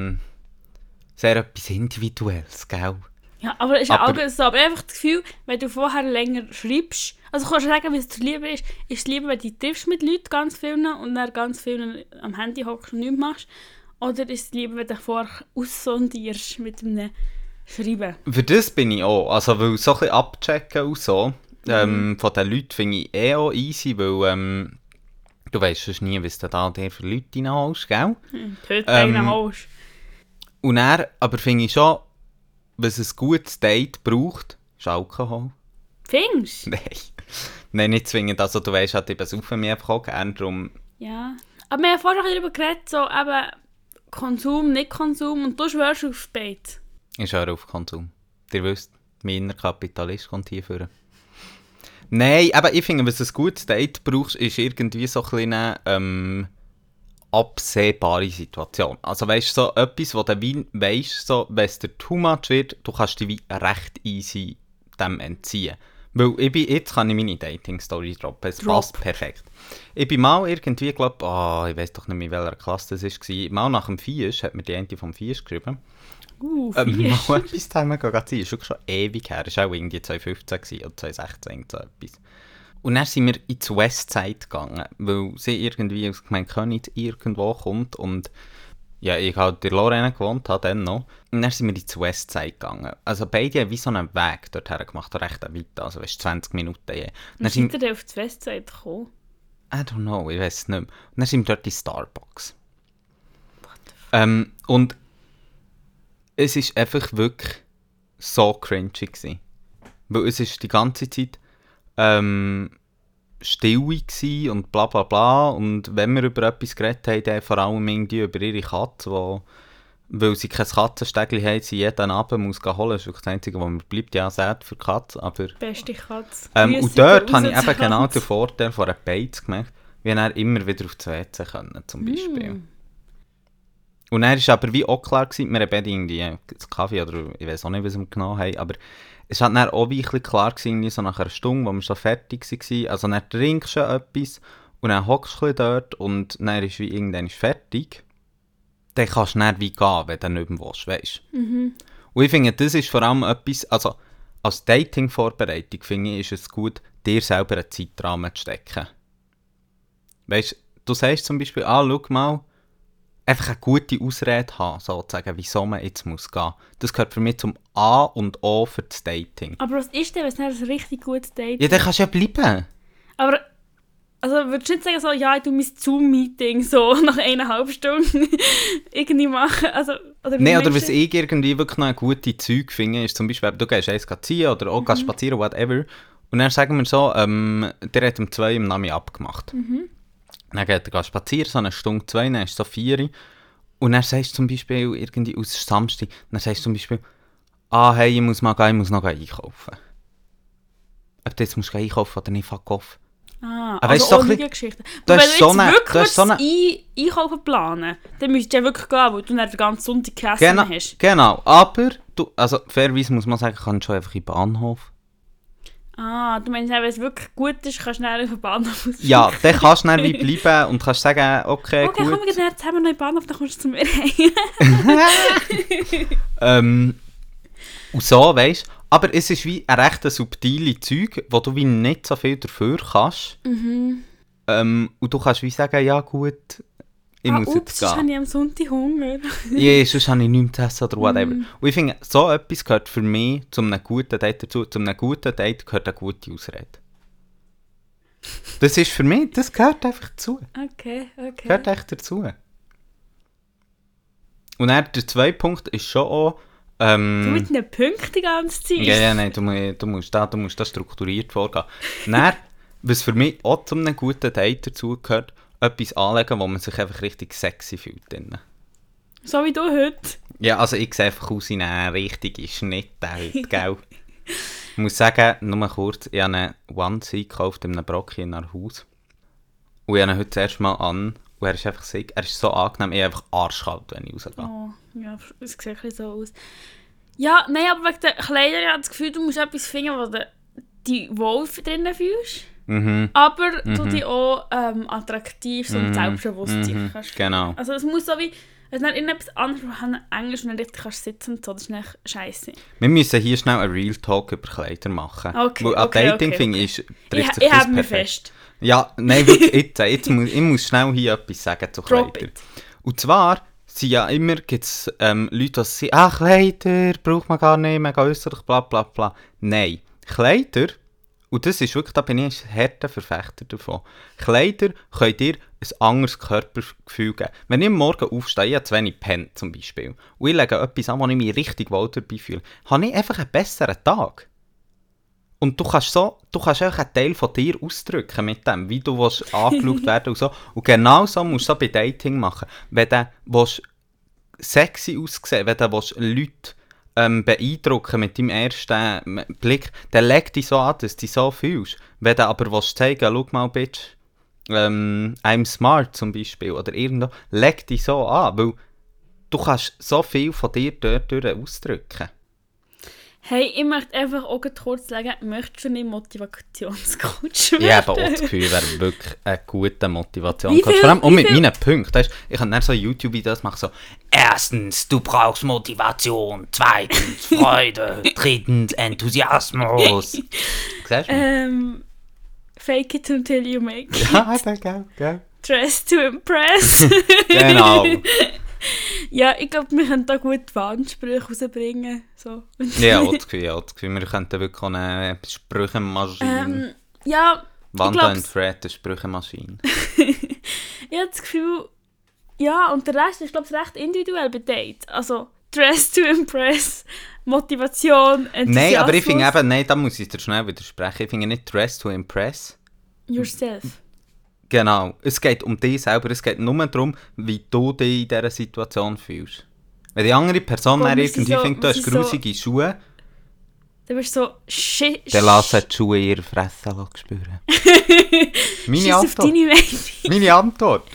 Speaker 1: sehr etwas Individuelles, gell?
Speaker 2: Ja, aber es ist ja
Speaker 1: Aber-
Speaker 2: auch so. Aber einfach das Gefühl, wenn du vorher länger schreibst, also kannst du sagen, wie es dir lieber ist es lieber, wenn du dich triffst mit Leuten, ganz vielen, und dann ganz vielen am Handy hockst und nichts machst, oder ist es lieber, wenn du dich vorher aussondierst mit einem Schreiben?
Speaker 1: Für das bin ich auch, also weil so ein bisschen abchecken und so, von den Leuten finde ich auch easy, weil du weißt sonst nie, was du da dir für Leute reinholst, gell?
Speaker 2: Heute einen holst.
Speaker 1: Und dann, aber finde ich schon, was ein gutes Date braucht, ist Alkohol.
Speaker 2: Findest du?
Speaker 1: Nein, nicht zwingend. Also du weißt halt, ich besaufe mich einfach auch gerne, darum...
Speaker 2: Ja. Aber wir haben vorher darüber geredet, so eben Konsum, nicht Konsum, und du schwörst auf Bait.
Speaker 1: Ich höre auf Konsum. Ihr wisst, mein innerer Kapitalist kommt hier vor. Nein, aber ich finde, was ein gutes Date brauchst, ist irgendwie so eine kleine absehbare Situation. Also weißt du, so etwas, wo du wie weisst, so, wenn es dir too much wird, du kannst dich wie recht easy dem entziehen. Weil jetzt kann ich meine Dating-Story droppen, es passt perfekt. Ich bin mal irgendwie, glaube ich weiß doch nicht mehr, in welcher Klasse das war, mal nach dem Fies, hat mir die eine vom Fies geschrieben.
Speaker 2: Fies.
Speaker 1: Mal etwas zusammen gehen. Das ist schon ewig her. Das war auch irgendwie 2015 gewesen, oder 2016, so etwas. Und dann sind wir ins Westside gegangen, weil sie irgendwie aus Gemeinde Königs irgendwo kommt und ja, ich habe in Lorraine gewohnt, habe dann noch. Und dann sind wir ins Westside gegangen. Also beide haben wie so einen Weg dorthin gemacht, recht weit, also weißt, 20 Minuten je.
Speaker 2: Wie seid ihr denn auf die Westside gekommen?
Speaker 1: I don't know, ich weiß es nicht mehr. Und dann sind wir dort in Starbucks. Und es war einfach wirklich so cringy gewesen. Weil es ist die ganze Zeit still war und bla bla bla. Und wenn wir über etwas geredet haben, dann vor allem irgendwie über ihre Katze, weil sie kein Katzenstägli haben, sie jeden Abend muss holen. Das ist wirklich das Einzige, was mir bleibt. Ja, sehr für die Katze, aber...
Speaker 2: Beste Katze.
Speaker 1: und dort habe ich eben genau den Vorteil von einer Beiz gemerkt, wie er immer wieder auf das WC können, zum Beispiel. Und dann war aber wie auch klar gewesen, wir haben beide irgendwie einen Kaffee oder ich weiß auch nicht, was wir genommen haben, aber es war dann auch wie ein bisschen klar gewesen, so nach einer Stunde, wo wir schon fertig waren, also dann trinkst du etwas und dann hockst du dort und dann ist wie irgendwann fertig. Dann kannst du dann wie gehen, wenn du nicht mehr willst, weisst du. Und ich finde, das ist vor allem etwas, also als Dating-Vorbereitung finde ich, ist es gut, dir selber einen Zeitrahmen zu stecken. Weisst du, sagst zum Beispiel, schau mal, einfach eine gute Ausrede haben, sozusagen, wieso man jetzt muss gehen. Das gehört für mich zum A und O für das Dating.
Speaker 2: Aber was ist denn, wenn es nicht ein richtig gutes Date
Speaker 1: Ja, dann kannst du ja bleiben.
Speaker 2: Aber, also würdest du nicht sagen, so, ja, ich tue mein Zoom-Meeting so nach 1,5 Stunden irgendwie machen? Also, oder
Speaker 1: Nein, oder was ich irgendwie wirklich noch eine gute Zeug finde, ist zum Beispiel, du gehst eins ziehen oder auch gehst spazieren, whatever. Und dann sagen wir so, der hat um 2 im Nami abgemacht. Dann geht er spazieren, so eine Stunde, 2, dann ist es so 4. Und dann sagst du zum Beispiel, irgendwie aus Samstag, dann sagst du zum Beispiel, hey, ich muss noch einkaufen. gehört, jetzt musst du einkaufen oder nicht, fuck off.
Speaker 2: Ah,
Speaker 1: Aber
Speaker 2: also
Speaker 1: weißt du, so ein
Speaker 2: ordentliche Geschichten.
Speaker 1: du
Speaker 2: Und
Speaker 1: hast
Speaker 2: wenn du
Speaker 1: so
Speaker 2: jetzt
Speaker 1: eine-
Speaker 2: wirklich
Speaker 1: du hast so eine-
Speaker 2: Einkaufen planen, dann müsstest du ja wirklich gehen, weil du dann den ganzen Sonntag gegessen hast.
Speaker 1: Genau, aber du, also fairerweise muss man sagen, kannst du schon einfach in den Bahnhof.
Speaker 2: Ah, du meinst, wenn es wirklich gut ist, kannst du schnell auf den Bahnhof aussteigen.
Speaker 1: Ja, dann kannst du dann wie bleiben und kannst sagen, okay,
Speaker 2: Okay,
Speaker 1: gut.
Speaker 2: komm, wir gehen jetzt zusammen noch in den Bahnhof, dann kommst du zu mir heim.
Speaker 1: Und so, weißt du. Aber es ist wie ein recht subtile Zeug, wo du wie nicht so viel dafür kannst. Und du kannst wie sagen, ja gut, ich muss jetzt
Speaker 2: sonst habe
Speaker 1: gehen.
Speaker 2: ich am Sonntag Hunger.
Speaker 1: Ja, sonst habe ich nichts zu essen oder whatever. Und ich finde, so etwas gehört für mich zu einem guten Date dazu. Zu einem guten Date gehört eine gute Ausrede. Das ist für mich, das gehört einfach dazu.
Speaker 2: Okay.
Speaker 1: Gehört echt dazu. Und dann der zweite Punkt ist schon auch...
Speaker 2: Du mit einem Punkt die ganze Zeit.
Speaker 1: Ja, nein, du musst da strukturiert vorgehen. Dann, was für mich auch zu einem guten Date dazu gehört, etwas anlegen, wo man sich einfach richtig sexy fühlt. Drin.
Speaker 2: So wie du heute.
Speaker 1: Ja, also ich sehe einfach aus wie eine richtige Schnitte heute, gell? Ich muss sagen, nur kurz, ich habe einen Onesie gekauft in einem Brocki in einem Haus. Und ich habe ihn heute das erste Mal an. Und er ist einfach so angenehm, ich bin einfach arschkalt, wenn ich rausgehe.
Speaker 2: Oh, ja, es sieht ein bisschen so aus. Ja, nein, aber wegen den Kleidern, ich habe das Gefühl, du musst etwas finden, wo du dich wohl drinnen fühlst. Aber du dich auch attraktiv und selbstbewusst sein kannst.
Speaker 1: Genau.
Speaker 2: Also es muss so wie, es ist nicht irgendetwas anderes, wo du Englisch nicht richtig kannst sitzen und so, das ist nicht scheisse.
Speaker 1: Wir müssen hier schnell einen Real Talk über Kleider machen.
Speaker 2: Okay,
Speaker 1: Weil an
Speaker 2: okay,
Speaker 1: Dating
Speaker 2: okay.
Speaker 1: finde ich, trifft sich
Speaker 2: Ich
Speaker 1: das
Speaker 2: habe mich
Speaker 1: perfekt.
Speaker 2: fest.
Speaker 1: Ja, nein, wirklich, ich muss schnell hier etwas sagen zu
Speaker 2: Drop
Speaker 1: Kleidern.
Speaker 2: it.
Speaker 1: Und zwar sind ja immer gibt's, Leute, die sagen, Kleider braucht man gar nicht, mega äußerlich, bla bla bla. Nein, Kleider, und das ist wirklich, da bin ich ein harter Verfechter davon, Kleider können dir ein anderes Körpergefühl geben. Wenn ich am Morgen aufstehe, ich habe zu wenig gepennt zum Beispiel, und ich lege etwas an, wo ich mich richtig wohl dabei fühle, habe ich einfach einen besseren Tag. Und du kannst auch einen Teil von dir ausdrücken mit dem, wie du angeschaut werden und so. Und genau so musst du es auch bei Dating machen. Wenn du sexy aussehen, wenn du Leute beeindrucken mit deinem ersten Blick, dann leg dich so an, dass du dich so fühlst. Wenn du aber zeigen willst, schau mal, Bitch, I'm smart zum Beispiel, oder irgendwo, leg dich so an, weil du kannst so viel von dir dort ausdrücken.
Speaker 2: Hey, ich möchte einfach auch kurz sagen, möchtest du nicht Motivationscoach werden?
Speaker 1: Ich habe auch das Gefühl, wäre wirklich eine gute Motivation.
Speaker 2: Wie viel-
Speaker 1: Vor allem auch
Speaker 2: wie
Speaker 1: mit
Speaker 2: viel-
Speaker 1: meinen Punkten. Weißt, ich kann dann so YouTube-Videos machen, so erstens, du brauchst Motivation, zweitens, Freude, drittens, Enthusiasmus. Siehst du?
Speaker 2: Fake it until you make it.
Speaker 1: Ja, gell.
Speaker 2: Dress to impress.
Speaker 1: Genau.
Speaker 2: Ja, ich glaube, wir können da gut Warnsprüche rausbringen. So.
Speaker 1: Ja, auch das Gefühl. Wir könnten wirklich auch eine Sprüchemaschine.
Speaker 2: Ja,
Speaker 1: Wanda
Speaker 2: ich
Speaker 1: und Fred, eine Sprüchemaschine.
Speaker 2: ich habe das Gefühl, ja, und der Rest ist, glaube ich, recht individuell bei Dates. Also, Dress to impress, Motivation, Enthusiasmus.
Speaker 1: Nein, aber ich finde eben, nein, da muss ich dir schnell widersprechen. Ich finde nicht Dress to impress.
Speaker 2: Yourself.
Speaker 1: Genau, es geht um dich selber, es geht nur darum, wie du dich in dieser Situation fühlst. Wenn die andere Person
Speaker 2: Komm,
Speaker 1: dann
Speaker 2: wir sind
Speaker 1: irgendwie
Speaker 2: so-
Speaker 1: findet, du
Speaker 2: wir
Speaker 1: hast
Speaker 2: sind so-
Speaker 1: grusige Schuhe,
Speaker 2: Du bist so, shit.
Speaker 1: dann lass sie die Schuhe in ihrer Fresse spüren. Meine
Speaker 2: Scheiss auf
Speaker 1: Antwort.
Speaker 2: deine Meinung.
Speaker 1: Meine Antwort.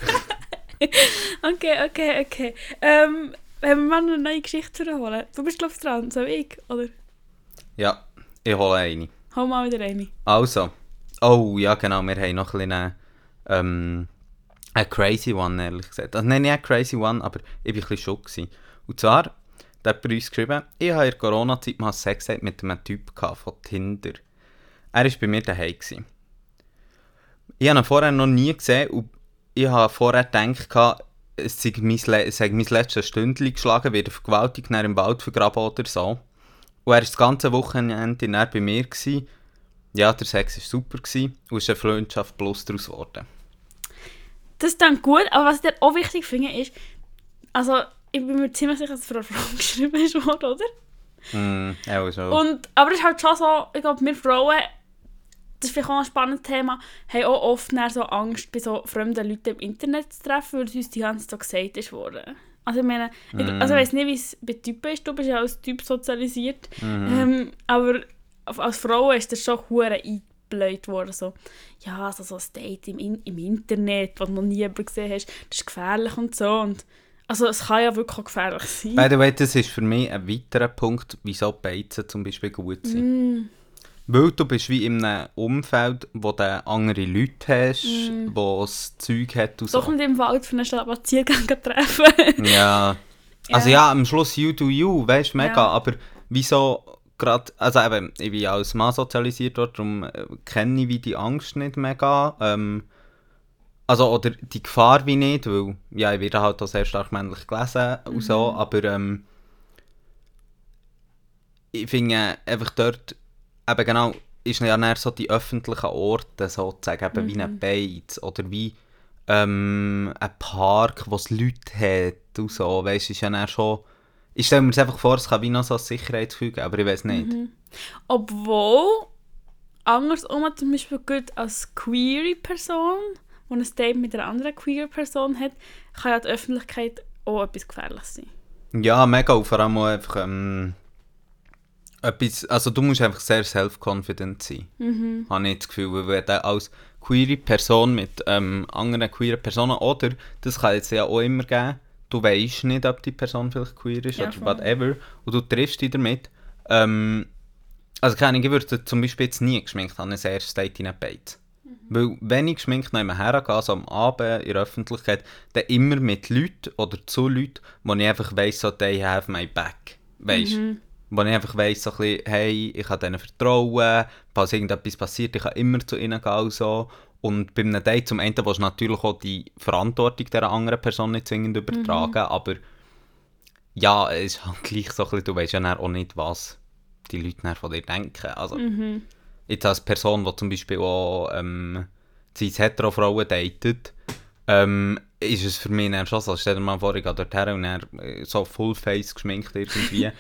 Speaker 2: Okay. Wenn wir mal eine neue Geschichte holen. Du bist, glaube ich, dran, so wie ich, oder?
Speaker 1: Ja, ich hole eine.
Speaker 2: Hol mal wieder eine.
Speaker 1: Also, oh ja genau, wir haben noch ein bisschen eine crazy one, ehrlich gesagt. Also, nein, nicht eine crazy one, aber ich war ein bisschen schock gewesen. Und zwar, der hat bei uns geschrieben, ich habe in der Corona-Zeit mal Sex mit einem Typ von Tinder. Er war bei mir daheim gewesen. Ich habe ihn vorher noch nie gesehen und ich habe vorher gedacht, es sei mein letztes Stündchen geschlagen, werde vergewaltigt, dann im Wald vergraben oder so. Und er war das ganze Wochenende dann bei mir gewesen. Ja, der Sex war super gewesen und es ist eine Freundschaft plus daraus geworden.
Speaker 2: Das ist dann gut, aber was ich dir auch wichtig finde, ist, also, ich bin mir ziemlich sicher, dass es von einer Frau geschrieben ist, oder?
Speaker 1: Auch so.
Speaker 2: Aber es ist halt schon so, ich glaube, wir Frauen, das ist vielleicht auch ein spannendes Thema, haben auch oft so Angst, bei so fremden Leuten im Internet zu treffen, weil es uns die ganze Zeit so gesagt ist worden. Also ich meine, ich weiss nicht, wie es bei Typen ist, du bist ja als Typ sozialisiert, aber als Frau ist das schon verdammt abgeblüht worden. So, ja, also so ein Date im Internet, das du noch nie jemand gesehen hast, das ist gefährlich und so. Und, also es kann ja wirklich auch gefährlich sein.
Speaker 1: By the way, das ist für mich ein weiterer Punkt, wieso Beizen zum Beispiel gut sind. Weil du bist wie in einem Umfeld, wo du andere Leute hast, wo das Zeug hat und so.
Speaker 2: Doch nicht im Wald für einen Spaziergang treffen.
Speaker 1: Ja. Also ja, am Schluss you do you, weißt du, mega.
Speaker 2: Ja.
Speaker 1: Aber wieso gerade, also eben, ich bin als Mann sozialisiert worden, darum kenne ich wie die Angst nicht mega. Also, oder die Gefahr wie nicht, weil ja, ich werde halt auch sehr stark männlich gelesen und so, aber ich finde einfach dort, eben genau, ist ja dann so die öffentlichen Orte sozusagen, eben wie ein Beiz oder wie ein Park, wo es Leute hat und so, weißt du, ist ja dann schon, ich stelle mir das einfach vor, es kann wie noch so ein Sicherheitsgefühl geben, aber ich weiß nicht.
Speaker 2: Obwohl, andersrum zum Beispiel gut als queere Person, die ein Date mit einer anderen queer Person hat, kann ja die Öffentlichkeit auch etwas Gefährliches sein.
Speaker 1: Ja, mega, und vor allem auch einfach etwas, also du musst einfach sehr self-confident sein, habe ich das Gefühl, weil wenn du als queere Person mit anderen queeren Personen, oder, das kann jetzt ja auch immer geben, du weisst nicht, ob die Person vielleicht queer ist oder whatever, und du triffst dich damit, also keine Ahnung, ich würde zum Beispiel jetzt nie geschminkt an ein erstes Date in ein Beiz. Weil wenn ich geschminkt noch immer hergehe, also am Abend in der Öffentlichkeit, dann immer mit Leuten oder zu Leuten, wo ich einfach weiss, so, they have my back, weißt du? Wo ich einfach weiss, so ein bisschen, hey, ich kann denen vertrauen, falls irgendetwas passiert, ich kann immer zu ihnen gehen und so. Und bei einem Date zum einen willst du natürlich auch die Verantwortung dieser anderen Person nicht zwingend übertragen, aber ja, es ist halt gleich so ein bisschen, du weißt ja dann auch nicht, was die Leute dann von dir denken. Also, jetzt als Person, die zum Beispiel auch cis-hetero-Frauen datet, ist es für mich dann schon so, stell dir mal vor, ich gehe dorthin und dann so Fullface geschminkt irgendwie.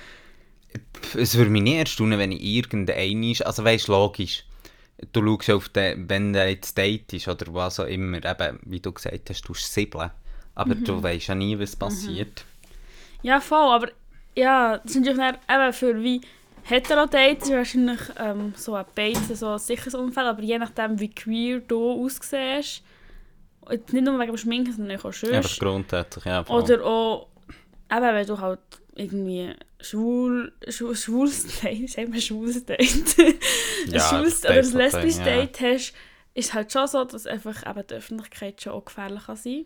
Speaker 1: Es würde mich nicht erstaunen, wenn ich irgendein also weisst, logisch, du schaust auf den, wenn der jetzt Date ist oder was auch immer, eben, wie du gesagt hast, du siebeln, aber du weisst ja nie, was passiert.
Speaker 2: Ja, voll, aber ja, das ist natürlich dann eben für wie Hetero-Dates ist wahrscheinlich so ein Beiz, so ein sicheres Umfeld, aber je nachdem, wie queer du aussiehst, nicht nur wegen dem Schminken, sondern auch schön.
Speaker 1: Einfach grundsätzlich, ja. Voll.
Speaker 2: Oder auch, eben, wenn du halt irgendwie schwules Date, sagen wir schwules Date,
Speaker 1: Ja,
Speaker 2: ein schwules
Speaker 1: Date
Speaker 2: oder ein lesbisches
Speaker 1: ja.
Speaker 2: Date hast, ist es halt schon so, dass einfach eben die Öffentlichkeit schon auch gefährlich kann sein.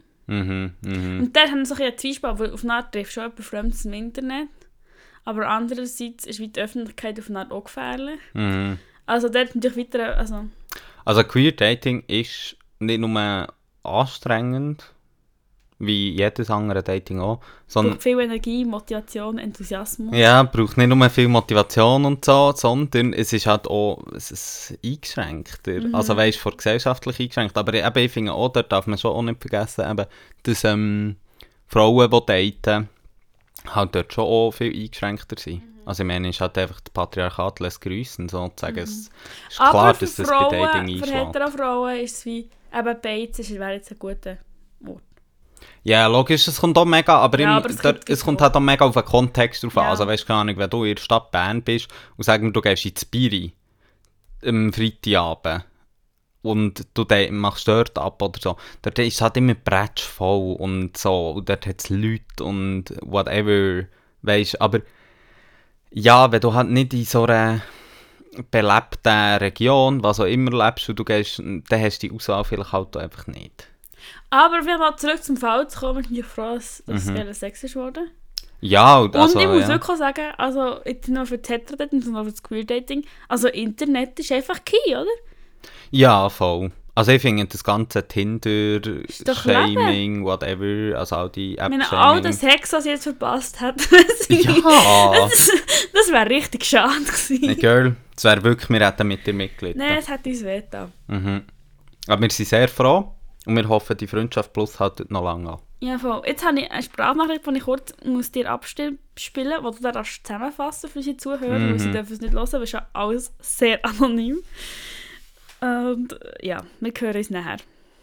Speaker 2: Und dann haben wir so ein bisschen einen Zwiespalt, weil auf eine Art triffst du schon jemand Fremdes im Internet, aber andererseits ist wie die Öffentlichkeit auf eine Art auch gefährlich. Also dort natürlich weiter,
Speaker 1: Also Queer Dating ist nicht nur anstrengend, wie jedes andere Dating auch, sondern
Speaker 2: braucht viel Energie, Motivation, Enthusiasmus.
Speaker 1: ja, braucht nicht nur viel Motivation und so, sondern es ist halt auch es ist eingeschränkter. Also weißt du, gesellschaftlich eingeschränkt. Aber eben, ich finde auch, da darf man schon auch nicht vergessen, eben, dass Frauen, die daten, halt dort schon auch viel eingeschränkter sind. Also ich meine, es ist halt einfach das Patriarchat lässt grüssen, sozusagen. Es ist klar,
Speaker 2: Aber
Speaker 1: dass
Speaker 2: für
Speaker 1: das bei Dating
Speaker 2: Frauen, für
Speaker 1: einschlägt.
Speaker 2: Hetero-Frauen ist es wie, eben Beiz wäre jetzt ein guter Ort.
Speaker 1: Ja, logisch, es kommt auch mega, aber,
Speaker 2: Ja, aber
Speaker 1: es kommt halt auch mega auf den Kontext drauf an.
Speaker 2: Ja.
Speaker 1: Also weißt du gar nicht, wenn du in der Stadt Bern bist und sagen wir, du gehst ins Biri am Freitagabend und du machst dort ab oder so, dort ist es halt immer bretschvoll und so, und dort hat es Leute und whatever, weißt du, aber ja, wenn du halt nicht in so einer belebten Region, was auch immer lebst, und du gehst, dann hast du die Auswahl vielleicht halt einfach nicht.
Speaker 2: Aber wir mal zurück zum Fall zu kommen, ich bin froh, dass es Sex ist worden.
Speaker 1: Ja, und
Speaker 2: Und ich muss
Speaker 1: ja.
Speaker 2: wirklich auch sagen, also nicht nur für das Hetero-Dating, sondern auch für das Queer-Dating, also Internet ist einfach key, oder?
Speaker 1: Ja, voll. Also ich finde das ganze Tinder,
Speaker 2: doch
Speaker 1: Shaming, whatever, also all die
Speaker 2: Ich meine,
Speaker 1: App-Shaming.
Speaker 2: all das Sex, was ich jetzt verpasst hätte,
Speaker 1: Ja!
Speaker 2: das wäre richtig schade gewesen.
Speaker 1: Hey Girl, es wäre wirklich, wir hätten mit dir mitgelitten.
Speaker 2: Nein, es hätte uns wehgetan.
Speaker 1: Aber wir sind sehr froh und wir hoffen, die Freundschaft Plus haltet noch lange an.
Speaker 2: Ja, voll. Jetzt habe ich eine Sprachnachricht, die ich kurz muss dir abspielen muss, die du dann zusammenfassen für unsere Zuhörer, weil sie dürfen es nicht hören, weil es ist ja alles sehr anonym. Und ja, wir hören uns nachher.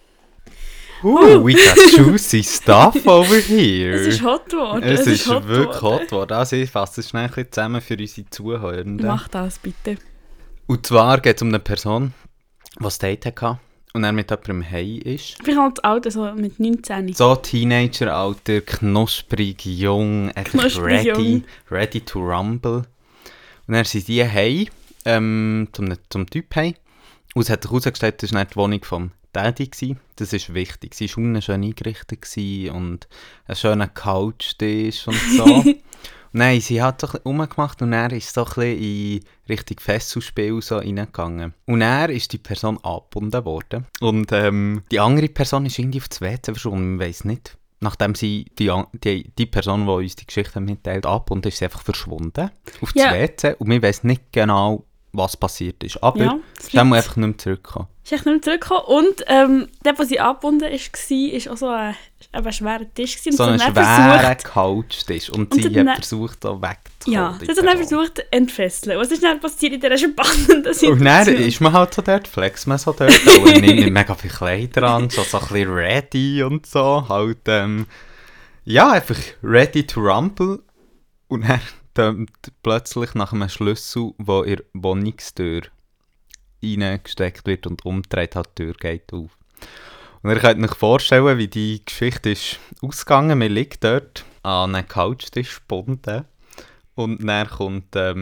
Speaker 1: We got juicy stuff over here.
Speaker 2: Es ist hot geworden.
Speaker 1: Es ist
Speaker 2: hot
Speaker 1: wirklich
Speaker 2: geworden.
Speaker 1: hot geworden. Also ich fasse es schnell ein bisschen zusammen für unsere Zuhörenden.
Speaker 2: Mach das bitte.
Speaker 1: Und zwar geht es um eine Person, was Date hatte und er mit jemandem heim ist.
Speaker 2: Vielleicht auch das Alter, so mit 19.
Speaker 1: So Teenager-Alter, knusprig, jung, einfach
Speaker 2: Knusprig jung.
Speaker 1: ready to rumble. Und dann sind die heim, zum Typ heim. Und es hat sich herausgestellt, das war nicht die Wohnung vom Daddy gewesen. Das ist wichtig. Sie war unten schön eingerichtet gewesen und ein schöner Couchtisch und so. Nein, sie hat so ein bisschen rumgemacht und er ist so ein bisschen in Richtung Fesselspiel so reingegangen. Und er ist die Person angebunden worden. Und die andere Person ist irgendwie auf das WC verschwunden, man weiss nicht. Nachdem sie die Person, die uns die Geschichte mitteilt, angebunden ist, sie einfach verschwunden auf das WC. Und wir weiss nicht genau, was passiert ist. Aber es ist einfach nicht mehr zurückgekommen.
Speaker 2: Ist echt nicht mehr zurückgekommen. Und der, der sie angebunden war, war auch so ein schwerer Tisch.
Speaker 1: So ein schwerer Couchtisch. Und sie hat versucht, da wegzukommen.
Speaker 2: Ja, sie hat dann versucht, zu entfesseln. Was ist dann passiert in dieser spannenden Situation?
Speaker 1: Und dann ist man halt so dort, flex man so dort. Und er nimmt mega viele Kleider an, so ein bisschen ready und so. Halt, einfach ready to rumble. Und dann plötzlich nach einem Schlüssel, der in die Wohnungstür reingesteckt wird und umdreht hat, die Tür geht auf. Und ihr könnt euch vorstellen, wie die Geschichte ist ausgegangen. Man liegt dort an einem Couchtisch gebunden und dann kommt der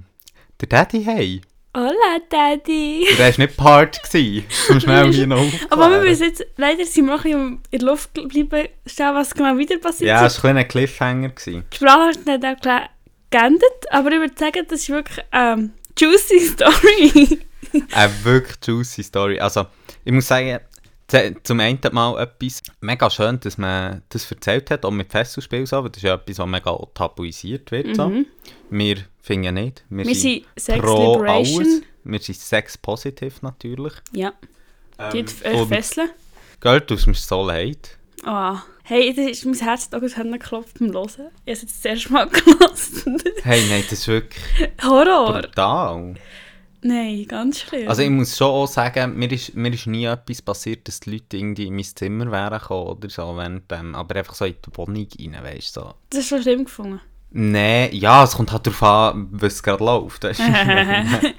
Speaker 1: Daddy heim.
Speaker 2: Hola, Daddy!
Speaker 1: Und der war nicht Part, zum schnell hier noch aufklären.
Speaker 2: Aber wir müssen jetzt, leider sind wir noch ein bisschen in der Luft geblieben, schauen, was genau wieder passiert
Speaker 1: ist. Ja, es war ein Cliffhanger. Die
Speaker 2: Sprache hat nicht auch geändert, aber ich würde sagen, das ist wirklich juicy Story.
Speaker 1: Eine wirklich juicy Story. Also, ich muss sagen, zum einen mal etwas mega schön, dass man das erzählt hat, auch mit Fesselspiel so, das ist ja etwas, was mega tabuisiert wird. So. Wir finden ja nicht. Wir sind
Speaker 2: Sex
Speaker 1: pro
Speaker 2: Liberation.
Speaker 1: Alles. Wir sind sex-positiv natürlich.
Speaker 2: Ja. Die fesseln.
Speaker 1: Gell, tut mir so leid.
Speaker 2: Oh. Hey, das ist mein Herz da aus Händen geklopft beim Hören. Ich habe es jetzt das erste Mal gelassen.
Speaker 1: Hey, nein, das ist wirklich
Speaker 2: Horror.
Speaker 1: Brutal.
Speaker 2: Nein, ganz schlimm.
Speaker 1: Also ich muss schon auch sagen, mir ist nie etwas passiert, dass die Leute irgendwie in mein Zimmer wären gekommen oder so, aber einfach so in die Wohnung rein, weißt du. So.
Speaker 2: Das ist schon schlimm gefunden?
Speaker 1: Nein, ja, es kommt halt darauf an, was gerade läuft. Das ist halt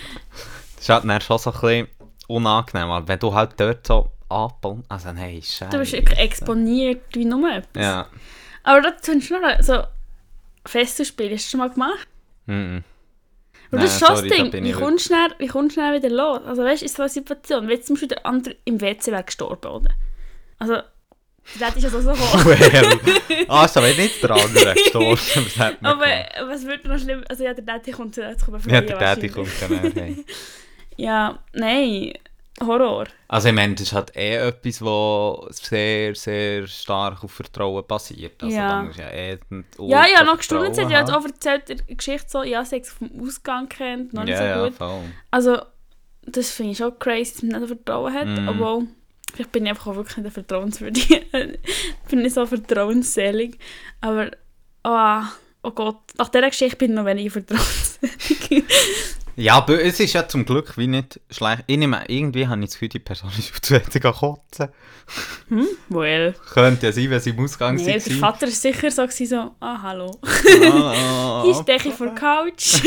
Speaker 1: dann schon so ein bisschen unangenehm, weil wenn du halt dort so anbaust, also nein, scheiße.
Speaker 2: Du bist exponiert wie nur etwas.
Speaker 1: Ja.
Speaker 2: Aber das hast du noch so Fesselspiel, hast du schon mal gemacht?
Speaker 1: Mhm.
Speaker 2: Und das ist schon das Ding, wie kommst du schnell wieder los? Also weißt du, ist so eine Situation, wenn zum Beispiel der andere im WC wäre gestorben, oder? Also, das ist ja so gekommen.
Speaker 1: Well, also wenn nicht der andere gestorben, was hat man
Speaker 2: aber was würde noch schlimm, also ja, der Daddy kommt jetzt kommen.
Speaker 1: Ja, der Daddy kommt dann hey.
Speaker 2: Ja, nein, Horror.
Speaker 1: Also ich meine, das ist halt etwas, was sehr, sehr stark auf Vertrauen basiert. Also
Speaker 2: ja.
Speaker 1: Da musst du
Speaker 2: ja, noch gestaunt. Sie hat ja jetzt auch erzählt, die Geschichte so, ja, sie hat es vom Ausgang kennt, noch nicht so gut.
Speaker 1: Voll.
Speaker 2: Also, das finde ich schon crazy, dass man nicht so Vertrauen hat, aber vielleicht bin ich einfach auch wirklich nicht vertrauenswürdig. Ich bin nicht so vertrauensselig, aber oh Gott, nach dieser Geschichte bin ich noch weniger vertrauenswürdig.
Speaker 1: Ja, aber es ist ja zum Glück wie nicht schlecht. Irgendwie habe ich das Gefühl, die Person ist auf die Toilette kotzen.
Speaker 2: Well.
Speaker 1: Könnte ja sein, wenn sie im Ausgang
Speaker 2: war. Der Vater war sicher so, hallo.
Speaker 1: Hier
Speaker 2: stehe ich vor der Couch.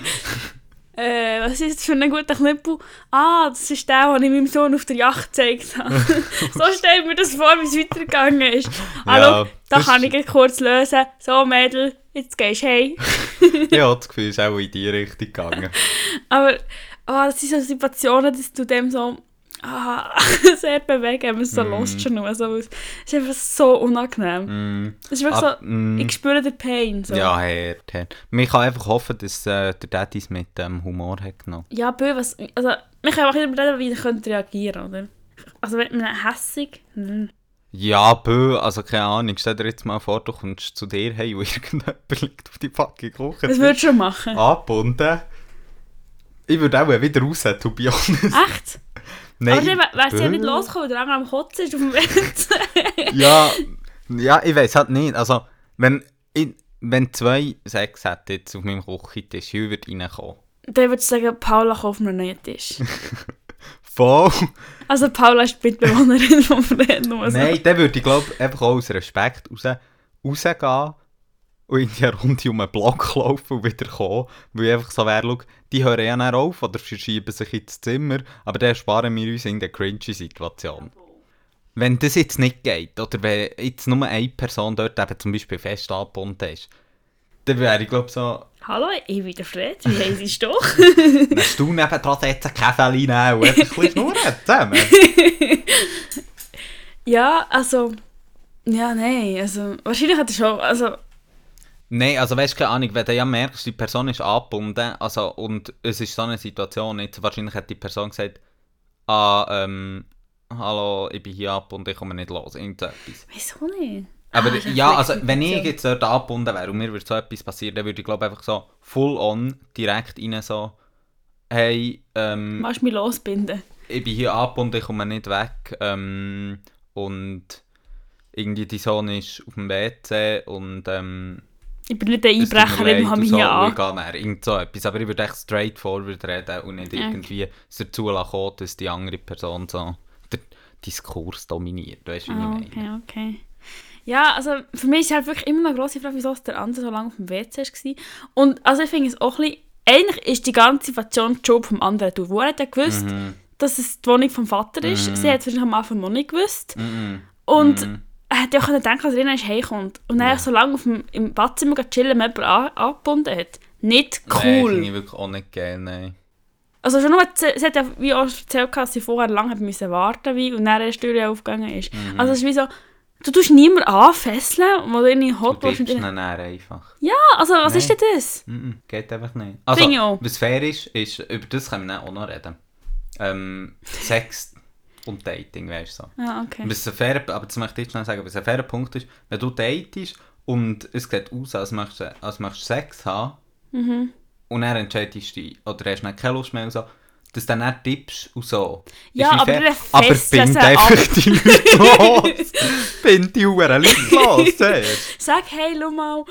Speaker 2: Was ist das für ein guter Knüppel? Das ist der, den ich meinem Sohn auf der Yacht gezeigt habe. So stelle ich mir das vor, wie es weitergegangen ist. Hallo, da kann ich kurz lösen. So, Mädel, jetzt gehst du heim.
Speaker 1: Ich habe das Gefühl, es ist auch in die Richtung gegangen. Aber
Speaker 2: das sind so Situationen, dass du dem so sehr bewegen, wenn man es so lost schon nur. Also, es ist einfach so unangenehm. Es ist wirklich so, ich spüre den Pain. So.
Speaker 1: Ja, hart. Man kann einfach hoffen, dass der Daddy es mit Humor hat genommen.
Speaker 2: Ja, also, man kann einfach nicht überlegen, wie er reagieren könnte, oder? Also, wenn man hässig...
Speaker 1: Ja, also keine Ahnung, stell dir jetzt mal vor, du kommst zu dir hey, und irgendjemand liegt auf die fucking Küche.
Speaker 2: Was würdest du schon machen?
Speaker 1: Angebunden. Ich würde auch wieder raus, to be honest.
Speaker 2: Echt?
Speaker 1: Nein,
Speaker 2: aber dann wärst du ja nicht losgekommen, weil der andere am Kotzen ist auf dem WC.
Speaker 1: ja, ich weiss halt nicht. Also, wenn 2 Sex hätten jetzt auf meinem Küchentisch, wie würde reinkommen?
Speaker 2: Dann würde ich sagen, Paula kauft mir einen neuen Tisch.
Speaker 1: Voll.
Speaker 2: Also Paula ist die Mitbewohnerin vom Fred.
Speaker 1: Nein, dann würde ich glaube einfach auch aus Respekt rausgehen und irgendwie eine Runde um einen Block laufen und wieder kommen, weil ich einfach so wäre, schau, die hören ja dann auf oder verschieben sich ins Zimmer, aber dann sparen wir uns in der cringy Situation. Wenn das jetzt nicht geht, oder wenn jetzt nur eine Person dort eben zum Beispiel fest angebunden ist, dann wäre ich glaube so...
Speaker 2: Hallo, ich bin der Fred, wie heisst es doch?
Speaker 1: Dann hast du nebendran jetzt einen Käfer nehmen und einfach ein bisschen schnurren zusammen.
Speaker 2: Ja, also... Ja, nein, also... Wahrscheinlich hat er schon... Also...
Speaker 1: Nein, also weißt du, keine Ahnung, wenn du ja merkst, die Person ist angebunden, also, und es ist so eine Situation jetzt, wahrscheinlich hat die Person gesagt, hallo, ich bin hier angebunden, ich komme nicht los, irgendetwas.
Speaker 2: Wieso nicht?
Speaker 1: Aber
Speaker 2: ist eine
Speaker 1: ja, also wenn
Speaker 2: Flexibilität.
Speaker 1: ich jetzt dort angebunden wäre und mir würde so etwas passieren, dann würde ich glaube einfach so full on direkt rein so, hey,
Speaker 2: Machst du mich losbinden?
Speaker 1: ich bin hier angebunden, ich komme nicht weg, und irgendwie die Sonne ist auf dem WC und
Speaker 2: Ich bin nicht der
Speaker 1: es tut mir
Speaker 2: Einbrecherin,
Speaker 1: leid
Speaker 2: die
Speaker 1: und
Speaker 2: mich
Speaker 1: so,
Speaker 2: hier
Speaker 1: und
Speaker 2: an.
Speaker 1: ich gehe dann irgend so etwas. Aber ich würde echt straightforward reden und nicht irgendwie es dazu lassen, dass die andere Person so den Diskurs dominiert. Weißt du, wie ich meine?
Speaker 2: Okay. Ja, also für mich ist halt wirklich immer noch eine grosse Frage, wieso der andere so lange auf dem WC war. Und also ich finde es auch ein bisschen... Eigentlich ist die ganze Situation die Schuld vom anderen. Du, wo hat er gewusst, dass es die Wohnung vom Vater ist? Sie hat es wahrscheinlich am Anfang noch nicht gewusst. Und er hätte ja auch denken können, dass er nicht heimkommt. Und dann so lange im Badzimmer chillen, wenn jemand angebunden hat. Nicht
Speaker 1: Nein,
Speaker 2: cool.
Speaker 1: finde ich wirklich auch nicht geil, nein.
Speaker 2: Also schon nur, sie hat ja wie auch erzählt, dass sie vorher lange müssen warten musste und dann erst die Tür aufgegangen ist. Also es ist wie so, du tust niemanden anfesseln, wo du in die
Speaker 1: Du
Speaker 2: Hotbox...
Speaker 1: gibst ihn dann einfach.
Speaker 2: Ja, also was
Speaker 1: Nein.
Speaker 2: ist denn das?
Speaker 1: Geht einfach nicht.
Speaker 2: Finde ich
Speaker 1: Also,
Speaker 2: auch.
Speaker 1: was fair ist, über das können wir dann auch noch reden. Sex und Dating, weißt du so.
Speaker 2: Ah, okay.
Speaker 1: Was ein fairer, aber das möchte ich jetzt schnell sagen, was ein fairer Punkt ist, wenn du datest und es sieht aus, als möchtest du Sex haben und dann entscheidest du dich, oder hast dann keine Lust mehr und so, dass du dann nicht tippst und so.
Speaker 2: Ja,
Speaker 1: Ist wie
Speaker 2: aber
Speaker 1: fair.
Speaker 2: dann
Speaker 1: Aber
Speaker 2: fesseln
Speaker 1: bind
Speaker 2: sie
Speaker 1: einfach
Speaker 2: ab.
Speaker 1: die Leute los! Bind die Huren Leute los, siehst
Speaker 2: Sag, hey, schau mal,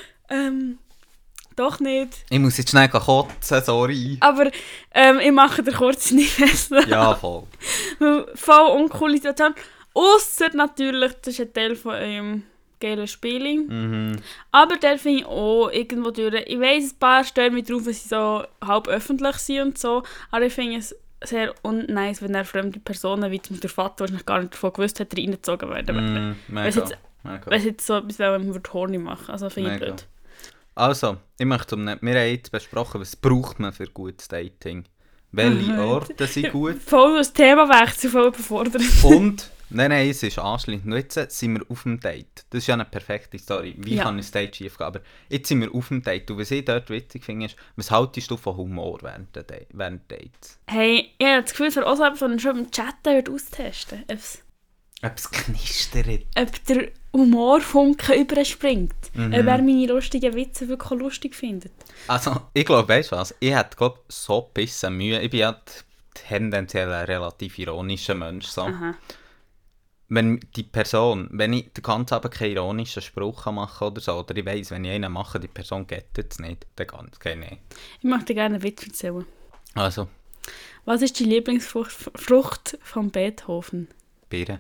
Speaker 2: doch nicht.
Speaker 1: du? Ich muss jetzt schnell kotzen, sorry.
Speaker 2: Aber ich mache dir kurz nicht fest.
Speaker 1: Ja, voll.
Speaker 2: Voll uncoole Situation. Ausser natürlich, das ist ein Teil von einem geilen Spiel. Aber der finde ich auch irgendwo durch. Ich weiss, ein paar stellen mich drauf, dass sie so halb öffentlich sind und so. Aber ich finde es sehr unnice, wenn fremde Personen, wie zum Beispiel der Vater, der gar nicht davon gewusst hat, reingezogen werden. Wenn sie jetzt so etwas mit Horny machen. Also finde ich
Speaker 1: Mega.
Speaker 2: blöd.
Speaker 1: Also, ich möchte wir haben jetzt besprochen, was braucht man für gutes Dating. Welche Orte sind gut.
Speaker 2: Voll das Themawechsel, voll überfordert.
Speaker 1: Und, nein, es ist anschließend. Und jetzt sind wir auf dem Date. Das ist ja eine perfekte Story. Wie kann ein Date schief gehen? Aber jetzt sind wir auf dem Date. Und was ich dort witzig finde, ist, was haltest du von Humor während Dates?
Speaker 2: Hey, ich habe das Gefühl, es wäre auch so etwas, was man schon im Chat austesten würde.
Speaker 1: Ob es knistert.
Speaker 2: Ob der Humorfunken überspringt. Ob er meine lustigen Witze wirklich lustig findet.
Speaker 1: Also, ich glaube, weißt du was? Ich hätte, so ein bisschen Mühe. Ich bin ja tendenziell ein relativ ironischer Mensch. So.
Speaker 2: Aha.
Speaker 1: Wenn ich den ganzen Abend keinen ironischen Spruch machen kann oder so, oder ich weiss, wenn ich einen mache, die Person gettet es nicht, dann geht es nicht.
Speaker 2: Ich möchte gerne einen Witz erzählen.
Speaker 1: Also,
Speaker 2: Was ist die Lieblingsfrucht von Beethoven?
Speaker 1: Birne.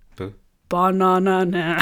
Speaker 2: Banane.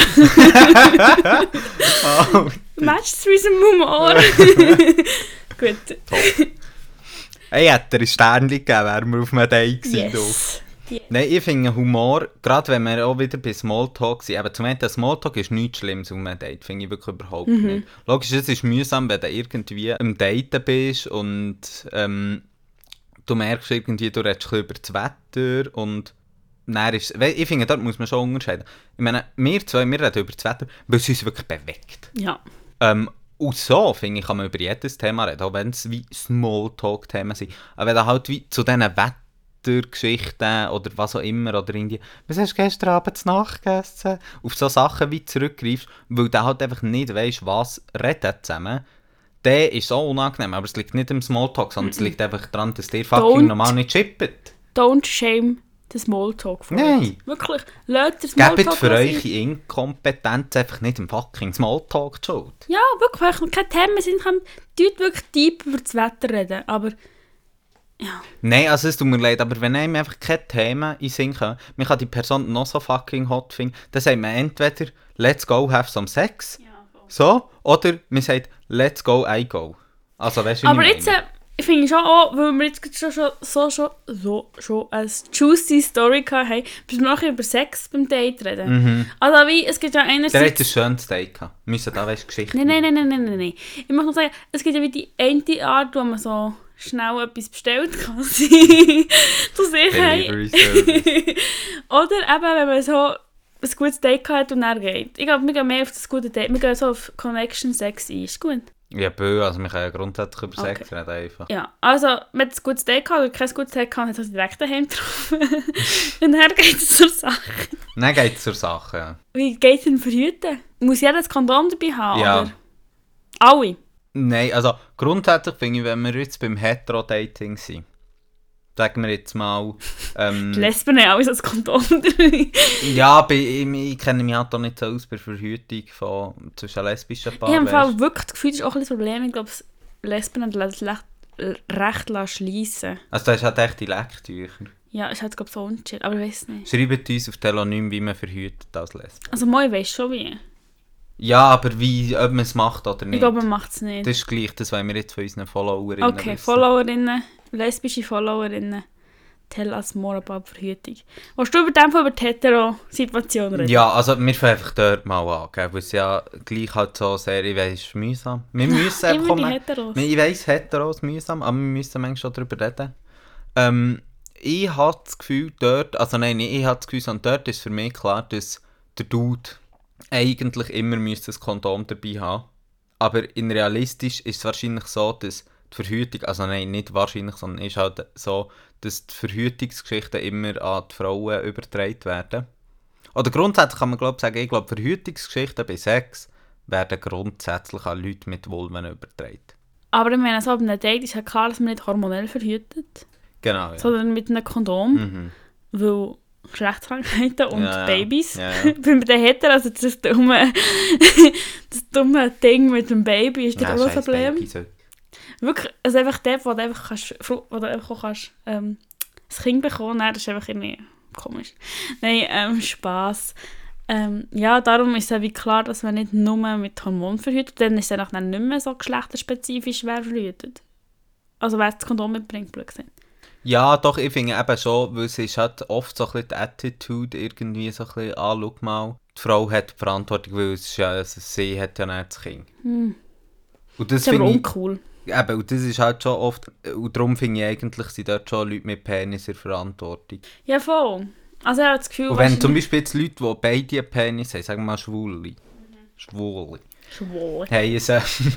Speaker 1: Oh,
Speaker 2: Matcht zu unserem Humor. Gut.
Speaker 1: top. Ich hätte dir ein Sternchen gegeben, wären wir auf einem Date gewesen.
Speaker 2: Yes.
Speaker 1: Nein, ich finde Humor, gerade wenn wir auch wieder bei Smalltalk sind, aber zum einen, Smalltalk ist nichts Schlimmes auf einem Date, finde ich wirklich überhaupt nicht. Logisch, es ist mühsam, wenn du irgendwie am Daten bist und du merkst irgendwie, du redest ein bisschen über das Wetter und dann ist, ich finde, dort muss man schon unterscheiden. Ich meine, wir reden über das Wetter, weil es uns wirklich bewegt.
Speaker 2: Ja.
Speaker 1: Und so, finde ich, kann man über jedes Thema reden, auch wenn es wie Smalltalk-Themen sind. Aber wenn du halt wie zu diesen Wettergeschichten oder was auch immer, oder irgendwie, was hast du gestern Abend zu Nacht gegessen? Auf so Sachen wie zurückgreifst, weil du halt einfach nicht weisst, was reden zusammen, der ist so unangenehm. Aber es liegt nicht im Smalltalk, sondern es liegt einfach daran, dass dir fucking normal nicht chippt.
Speaker 2: Don't shame den Smalltalk von
Speaker 1: Nein.
Speaker 2: uns. Wirklich, lasst den Smalltalk
Speaker 1: Gebt für
Speaker 2: sein.
Speaker 1: eure Inkompetenz einfach nicht im fucking Smalltalk die Schuld.
Speaker 2: Ja, wirklich, wenn noch keine Themen sind, kann man wirklich deep über das Wetter reden. Aber, ja.
Speaker 1: Nein, also es tut mir leid, aber wenn einem einfach keine Themen in den Sinn kommen, man kann die Person noch so fucking hot finden, dann sagt man entweder «Let's go, have some sex»
Speaker 2: Ja, voll.
Speaker 1: So, oder man sagt, let's go, I go. Also, weißt du,
Speaker 2: Aber jetzt finde ich schon auch, weil wir jetzt schon eine juicy Story haben, bis wir nachher über Sex beim Date reden. Also wie, es gibt ja einerseits...
Speaker 1: Der hat ein schönes Date gehabt. Wir müssen da, weißt du, Geschichte...
Speaker 2: Nein. Ich möchte noch sagen, es gibt ja wie die eine Art, wo man so schnell etwas bestellt quasi. Zur Sicherheit.
Speaker 1: Delivery Service.
Speaker 2: Oder eben, wenn man so ein gutes Date hat und dann geht. Ich glaube, wir gehen mehr auf das gute Date. Wir gehen so auf Connection Sex ein. Ist gut?
Speaker 1: Ja, also wir können ja grundsätzlich über Sex reden einfach.
Speaker 2: Ja, also, wenn es ein gutes Date hat oder kein gutes Date hat, hat es direkt daheim getroffen. Und dann geht es zur Sache.
Speaker 1: Dann geht es zur Sache, ja.
Speaker 2: Wie geht es denn verhüten? Muss jeder ein Kondom dabei haben,
Speaker 1: Ja.
Speaker 2: oder? Alle?
Speaker 1: Nein, also grundsätzlich finde ich, wenn wir jetzt beim Hetero-Dating sind, sagen wir jetzt mal...
Speaker 2: Die Lesben haben alle so ein Kondom dabei.
Speaker 1: Ja, ich kenne mich halt auch nicht so aus bei der Verhütung zwischen lesbischen Paaren.
Speaker 2: Ich habe im Fall wirklich das Gefühl, das ist auch ein Problem. Ich glaube, Lesben haben das recht schliessen.
Speaker 1: Also das ist halt echt die Lecktücher.
Speaker 2: Ja, ist halt glaube ich so unchill, aber ich weiß nicht.
Speaker 1: Schreibt uns auf Telonym, wie man verhütet als Lesbe.
Speaker 2: Also moi weiss schon wie.
Speaker 1: Ja, aber wie, ob man es macht oder nicht.
Speaker 2: Ich glaube, man macht es nicht.
Speaker 1: Das ist gleich, das wollen wir jetzt von unseren Followerinnen
Speaker 2: Okay,
Speaker 1: wissen.
Speaker 2: Followerinnen, lesbische Followerinnen, tell us more about Verhütung. Willst du über die Hetero-Situation reden?
Speaker 1: Ja, also wir fangen einfach dort mal an, gell, weil es ja gleich halt so sehr, ich weiss, mühsam. Wir müssen einfach
Speaker 2: Immer die Heteros.
Speaker 1: Ich weiss, Heteros mühsam, aber wir müssen manchmal schon darüber reden. Ich habe das Gefühl dort, also nein, nicht ich habe das Gefühl, sondern dort ist für mich klar, dass der Dude eigentlich immer müsste ein Kondom dabei haben. Aber in realistisch ist es wahrscheinlich so, dass die Verhütung, also nein, nicht wahrscheinlich, sondern ist halt so, dass die Verhütungsgeschichten immer an die Frauen übertragen werden. Oder grundsätzlich kann man sagen, ich glaube, Verhütungsgeschichten bei Sex werden grundsätzlich an Leute mit Vulven übertragen.
Speaker 2: Aber ich meine, so bei einem Date ist ja klar, dass man nicht hormonell verhütet,
Speaker 1: Genau, ja.
Speaker 2: sondern mit einem Kondom, weil Geschlechtskrankheiten und
Speaker 1: Ja, ja.
Speaker 2: Babys.
Speaker 1: Ja, ja.
Speaker 2: Bei den Hetero, also das dumme Ding mit dem Baby ist das auch ein
Speaker 1: scheiß
Speaker 2: Problem.
Speaker 1: Babys heute.
Speaker 2: Wirklich, also einfach der, wo du einfach auch kannst das Kind bekommen, nein, das ist einfach irgendwie komisch. Nein, Spass. Ja, darum ist es ja wie klar, dass man nicht nur mit Hormonen verhütet, dann ist es danach nicht mehr so geschlechterspezifisch, wer verhütet. Also wer das Kondom mitbringt, blöd gesagt.
Speaker 1: Ja, doch, ich finde eben schon, weil es ist halt oft so ein bisschen die Attitude irgendwie so ein bisschen, schau mal, die Frau hat die Verantwortung, weil es ist ja, also sie hat ja nicht das Kind. Und das
Speaker 2: Das ist aber
Speaker 1: finde ich,
Speaker 2: uncool.
Speaker 1: eben, und das ist halt schon oft, und darum finde ich eigentlich, sind dort schon Leute mit Penis in Verantwortung.
Speaker 2: Ja, voll. Also ich habe das Gefühl,
Speaker 1: Und wenn zum Beispiel jetzt Leute, die beide einen Penis haben, sagen wir mal Schwule,
Speaker 2: Schwul.
Speaker 1: haben es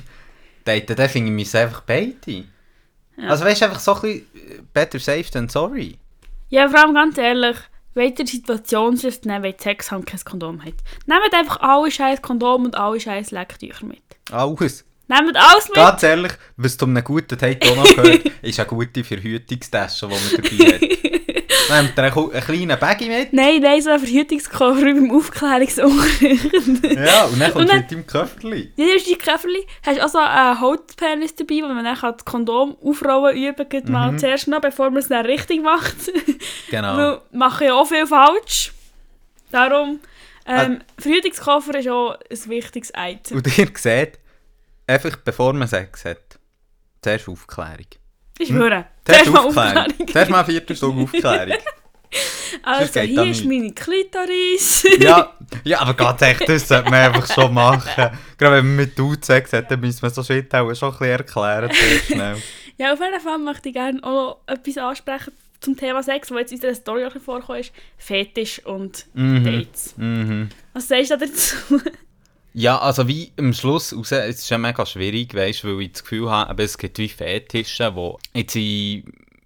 Speaker 1: daten, dann finde ich es einfach beide.
Speaker 2: Ja.
Speaker 1: Also weißt du, einfach so ein bisschen better safe than sorry.
Speaker 2: Ja, vor allem ganz ehrlich, wenn ihr die Situation ist, wenn ihr Sex haben und kein Kondom habt, nehmt einfach alle scheiß Kondom und alle scheiß Lecktücher mit.
Speaker 1: Alles.
Speaker 2: Nehmt alles mit!
Speaker 1: Ganz ehrlich, was zu einem guten Date auch noch gehört, ist eine gute Verhütungstasche, die man dabei hat. Dann nehmt ihr einen kleinen Baggy mit.
Speaker 2: Nein, so ein Verhütungskoffer wie beim Aufklärungsunterricht.
Speaker 1: Ja, und dann kommst du
Speaker 2: dann-
Speaker 1: mit deinem Köfferli.
Speaker 2: Ja, hast du die Käferli, hast auch so einen Holzpenis dabei, wo man dann das Kondom aufrollen üben kann, mal zuerst noch, bevor man es dann richtig macht.
Speaker 1: Genau.
Speaker 2: Weil wir machen ja auch viel falsch. Darum, Verhütungskoffer ist auch ein wichtiges Item.
Speaker 1: Und ihr seht, einfach bevor man Sex hat, zuerst Aufklärung.
Speaker 2: Ich schwöre.
Speaker 1: Zuerst Aufklärung. Zuerst mal 4 Stunden Aufklärung.
Speaker 2: Also,
Speaker 1: geht
Speaker 2: hier
Speaker 1: das
Speaker 2: ist
Speaker 1: nicht.
Speaker 2: meine Klitoris.
Speaker 1: Ja, aber ganz echt, das sollte man einfach schon machen. Gerade wenn man mit Dude Sex hat, dann müssen wir so Shit auch schon ein bisschen erklären. Sehr schnell.
Speaker 2: Ja, auf jeden Fall möchte ich gerne auch noch etwas ansprechen zum Thema Sex, wo jetzt in unserer Story auch vorgekommen ist. Fetisch und Dates. Was sagst du dazu?
Speaker 1: Ja, also wie am Schluss raus, es ist ja mega schwierig, weißt, weil ich das Gefühl habe, aber es gibt wie Fetische, wo jetzt in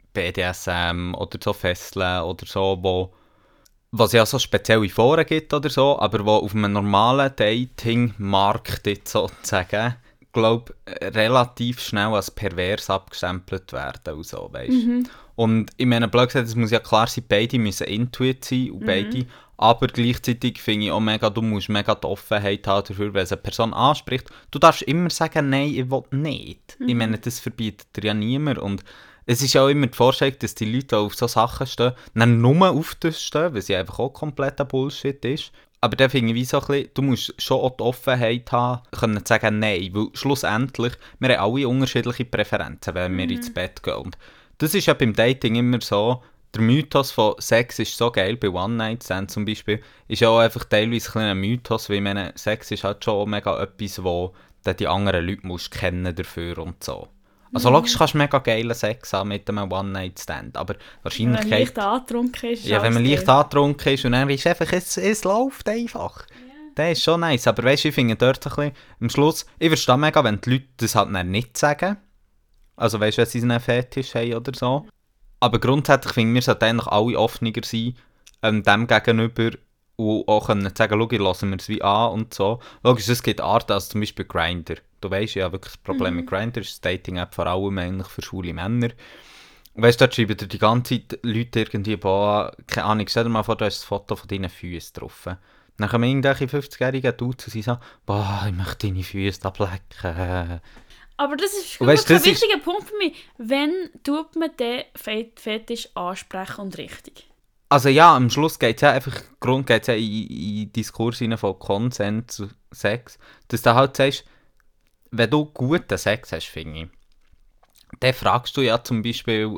Speaker 1: BDSM oder so Fesseln oder so, wo es ja so spezielle Foren gibt oder so, aber wo auf einem normalen Dating-Markt jetzt sozusagen, glaube relativ schnell als pervers abgestempelt werden und so, weißt. Und ich meine, blöd gesagt, es muss ja klar sein, beide müssen intuit sein und beide, aber gleichzeitig finde ich auch mega, du musst mega die Offenheit haben dafür, wenn es eine Person anspricht. Du darfst immer sagen, nein, ich will nicht. Ich meine, das verbietet dir ja niemand. Und es ist ja auch immer die Vorstellung, dass die Leute, die auf so Sachen stehen, dann nur auf das stehen, was ja einfach auch kompletter Bullshit ist. Aber dann finde ich wie so ein bisschen, du musst schon auch die Offenheit haben, können zu sagen Nein. Weil schlussendlich, wir haben alle unterschiedliche Präferenzen, wenn wir ins Bett gehen. Und das ist ja beim Dating immer so, der Mythos von Sex ist so geil, bei One-Night-Stand zum Beispiel, ist ja auch einfach teilweise ein Mythos, weil ich meine, Sex ist halt schon mega etwas, wo du die anderen Leute musst kennen dafür und so. Also logisch kannst du mega geilen Sex haben mit einem One-Night-Stand, aber wahrscheinlich...
Speaker 2: Wenn man leicht angetrunken ist.
Speaker 1: Ja, wenn man leicht angetrunken ist und dann ist einfach, es läuft einfach. Ja. Das ist schon nice, aber weißt du, ich finde dort ein bisschen, am Schluss, ich verstehe mega, wenn die Leute das halt nicht sagen. Also weißt du, wenn sie einen Fetisch haben oder so. Aber grundsätzlich finde ich, wir sollten eigentlich alle offener sein, dem gegenüber und auch können sagen, schau, lassen wir es wie an und so. Logisch, es gibt Arten, also zum Beispiel Grindr. Du weißt ja wirklich das Problem mit Grindr, ist eine Dating-App vor allem eigentlich für schwule Männer. Und weißt du, dort schreiben dir die ganze Zeit Leute irgendwie, boah, keine Ahnung, stell dir mal vor, du hast ein Foto von deinen Füßen drauf. Dann kommen irgendwelche 50-jährigen Dudes und sie sagen, boah, ich möchte deine Füße ablecken.
Speaker 2: Aber das ist
Speaker 1: weißt,
Speaker 2: ein wichtiger Punkt für mich. Wenn tut man den Fetisch ansprechen und richtig?
Speaker 1: Also ja, am Schluss geht es ja einfach, geht's ja in Diskurs rein von Konsent zu Sex, dass du halt sagst, wenn du guten Sex hast, finde ich, dann fragst du ja zum Beispiel,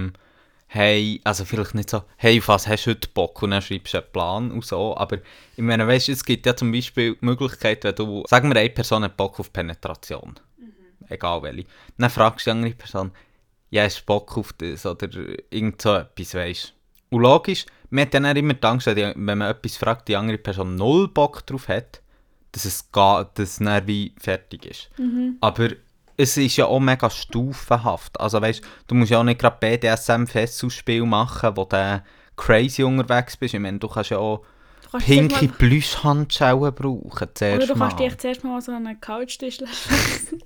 Speaker 1: hey, also vielleicht nicht so, hey, auf was hast du heute Bock? Und dann schreibst du einen Plan und so, aber ich meine, weißt du, es gibt ja zum Beispiel die Möglichkeit, wenn du, sagen wir, eine Person hat Bock auf Penetration, egal welche, dann fragst du die andere Person, ja, hast du Bock auf das oder irgend so etwas, weißt du. Und logisch, man hat dann immer die Angst, wenn man etwas fragt, die andere Person null Bock drauf hat, dass es dann wie fertig ist. Aber es ist ja auch mega stufenhaft. Also weißt, du musst ja auch nicht gerade BDSM-Festspiel machen, wo du crazy unterwegs bist. Ich meine, du kannst ja auch pinke Plüschhandschellen brauchen.
Speaker 2: Oder du kannst dich zuerst mal so an einen Couchtisch lassen.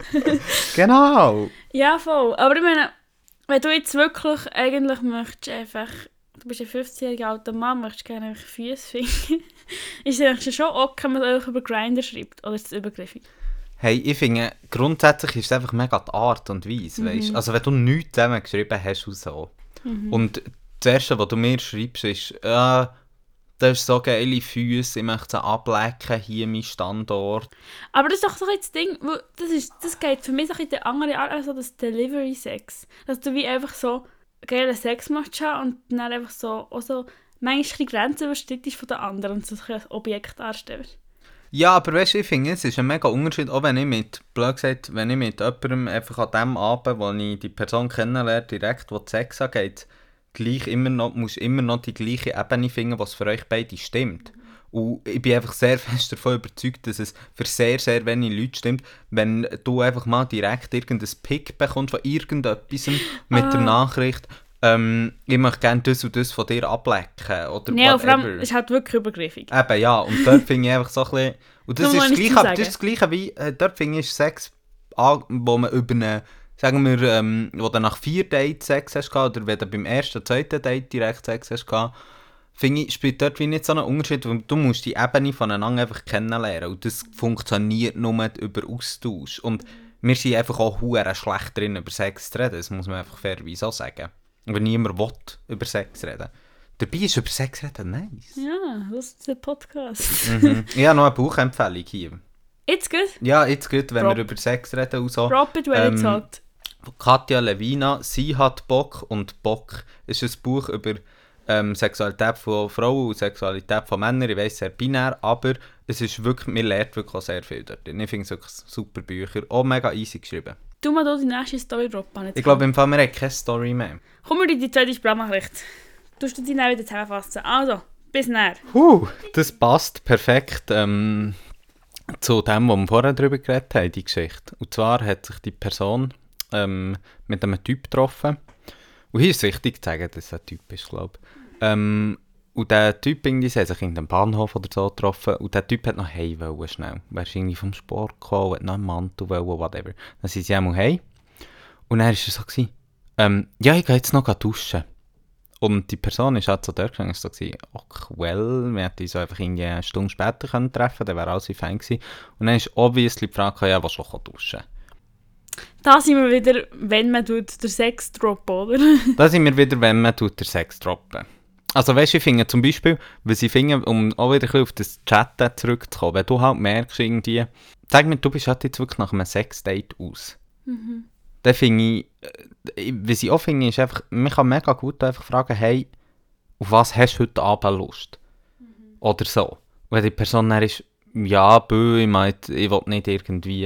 Speaker 1: Genau.
Speaker 2: Ja, voll. Aber ich meine, wenn du jetzt wirklich eigentlich möchtest einfach... Du bist ein 50-jähriger alter Mann, möchtest gerne einfach Füße finden. Ist es eigentlich schon okay, wenn man euch über Grindr schreibt? Oder ist das übergriffig?
Speaker 1: Hey, ich finde, grundsätzlich ist es einfach mega die Art und Weise, weißt? Also wenn du nichts zusammen geschrieben hast und so. Und das Erste, was du mir schreibst, ist, das ist so geile Füße, ich möchte sie ablecken, hier mein Standort.
Speaker 2: Aber das ist doch so ein Ding, das geht für mich so in der andere Art, also das Delivery-Sex. Dass du wie einfach so geilen Sex machst und dann einfach so, auch so manchmal die Grenzen überschreitest von den anderen und so ein Objekt darstellst.
Speaker 1: Ja, aber weißt du, ich finde, es ist ein mega Unterschied, auch wenn ich mit jemandem einfach an dem Abend, wo ich die Person kennenlerne, direkt, wo Sex angeht, musst immer noch die gleiche Ebene finden, was für euch beide stimmt. Und ich bin einfach sehr fest davon überzeugt, dass es für sehr, sehr wenige Leute stimmt, wenn du einfach mal direkt irgendein Pick bekommst von irgendetwas mit der Nachricht, ich möchte gerne das und das von dir ablecken oder
Speaker 2: ja, vor allem, es ist halt wirklich übergriffig.
Speaker 1: Eben, ja, und dort finde ich einfach so ein bisschen... Und das ist das Gleiche wie, dort finde ich Sex, wo man über eine, sagen wir, wo du nach 4 Dates Sex hast oder wenn du beim ersten, zweiten Date direkt Sex hast, finde ich, spielt dort wie nicht so einen Unterschied, weil du musst die Ebene voneinander einfach kennenlernen und das funktioniert nur über Austausch. Und wir sind einfach auch verdammt schlecht drin, über Sex zu reden, das muss man einfach fairerweise auch sagen. Wenn niemand will, über Sex reden. Dabei ist über Sex reden nice.
Speaker 2: Ja, das ist der Podcast.
Speaker 1: Ich habe noch eine Buchempfehlung hier.
Speaker 2: It's good?
Speaker 1: Ja, it's good, wenn wir über Sex reden und so.
Speaker 2: Drop it when it's hot.
Speaker 1: Katja Lewina, «Sie hat Bock» und «Bock» ist ein Buch über Sexualität von Frauen und Sexualität von Männern. Ich weiss, sehr binär, aber es ist wirklich, man lernt wirklich auch sehr viel dort. Ich finde es wirklich super Bücher, auch mega easy geschrieben.
Speaker 2: Du mal die nächste Story droppen.
Speaker 1: Ich glaube, im Fall, wir haben keine Story mehr.
Speaker 2: Kommen wir in die zweite Sprachnachricht. Tust du die dann wieder zusammenfassen? Also, bis näher.
Speaker 1: Das passt perfekt zu dem, was wir vorher darüber geredet haben, die Geschichte. Und zwar hat sich die Person mit einem Typ getroffen. Und hier ist es wichtig zu sagen, dass es ein Typ ist, glaube ich. Und der Typ irgendwie, sie haben sich in einem Bahnhof oder so getroffen und der Typ hat noch heim wollen, schnell. Er ist irgendwie vom Sport gekommen, hat noch einen Mantel wollen, whatever. Dann sind sie einmal heim. Und dann war er so, ja, ich gehe jetzt noch duschen. Und die Person ist halt so dort gegangen und so, okay, well, wir hätten uns einfach irgendwie eine Stunde später treffen können, dann wäre alles fein gewesen. Und dann ist obviously die Frage, ja, was soll ich duschen?
Speaker 2: Da sind wir wieder, wenn man den Sex droppen, oder?
Speaker 1: Da sind wir wieder, wenn man den Sex droppen. Also weißt du, ich finde zum Beispiel, was ich finde, um auch wieder ein bisschen auf das Chatten zurückzukommen, wenn du halt merkst irgendwie, sag mir, du bist halt jetzt wirklich nach einem Sexdate aus. Dann finde ich, was ich auch finde, ist einfach, man kann mega gut einfach fragen, hey, auf was hast du heute Abend Lust? Oder so. Und wenn die Person dann ist, ja, ich will nicht irgendwie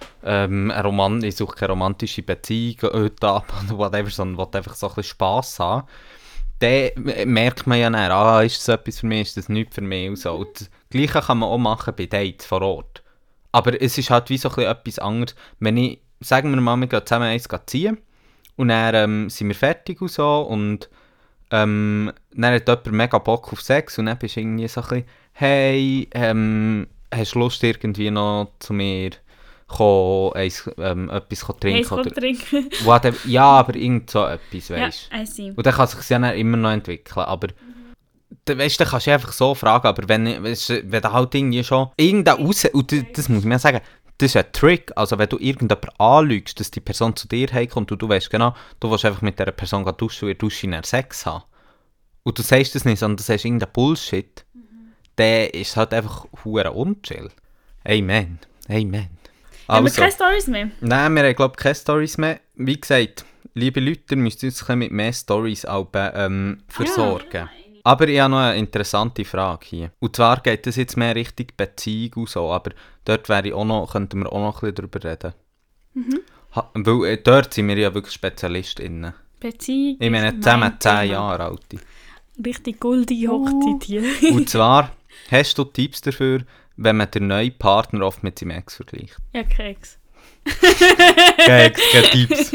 Speaker 1: ich suche keine romantische Beziehung heute Abend oder whatever, sondern will einfach so ein bisschen Spass haben, dann merkt man ja dann, ist das etwas für mich, ist das nichts für mich und so. Und das Gleiche kann man auch machen bei Dates vor Ort. Aber es ist halt wie so ein bisschen etwas anderes, wenn ich, sagen wir mal, wir gehen zusammen eins ziehen und dann sind wir fertig und so und dann hat jemand mega Bock auf Sex und dann bist du irgendwie so ein bisschen, hey, hast du Lust irgendwie noch zu mir kommen, etwas trinken? Oder,
Speaker 2: trinken.
Speaker 1: whatever. Ja, aber irgend so etwas, weißt
Speaker 2: Ja, I see.
Speaker 1: und dann kann sich ja dann immer noch entwickeln, aber weißt, dann kannst du einfach so fragen, aber wenn da halt irgendwie schon irgendein und das muss man ja sagen, das ist ein Trick, also wenn du irgendjemanden anlügst, dass die Person zu dir heimkommt und du weißt genau, du willst einfach mit dieser Person duschen und in der Dusche dann Sex haben und du sagst das nicht, sondern du sagst irgendeinen Bullshit, dann ist es halt einfach hure unchill. Amen. Amen.
Speaker 2: Haben wir
Speaker 1: Also,
Speaker 2: keine Storys mehr?
Speaker 1: nein, wir haben glaube ich keine Storys mehr. Wie gesagt, liebe Leute, ihr müsst uns ein bisschen mit mehr Storys versorgen. Aber ich habe noch eine interessante Frage hier. Und zwar geht es jetzt mehr Richtung Beziehung und so, aber dort könnten wir auch noch ein bisschen drüber reden. Weil dort sind wir ja wirklich SpezialistInnen.
Speaker 2: Beziehung.
Speaker 1: Ich meine,
Speaker 2: ist
Speaker 1: zusammen
Speaker 2: mein
Speaker 1: 10
Speaker 2: Thema.
Speaker 1: Jahre alte.
Speaker 2: Richtig goldige Hochzeit hier.
Speaker 1: Und zwar, hast du Tipps dafür, wenn man den neuen Partner oft mit seinem Ex vergleicht?
Speaker 2: Ja, Keks.
Speaker 1: Keine Tipps.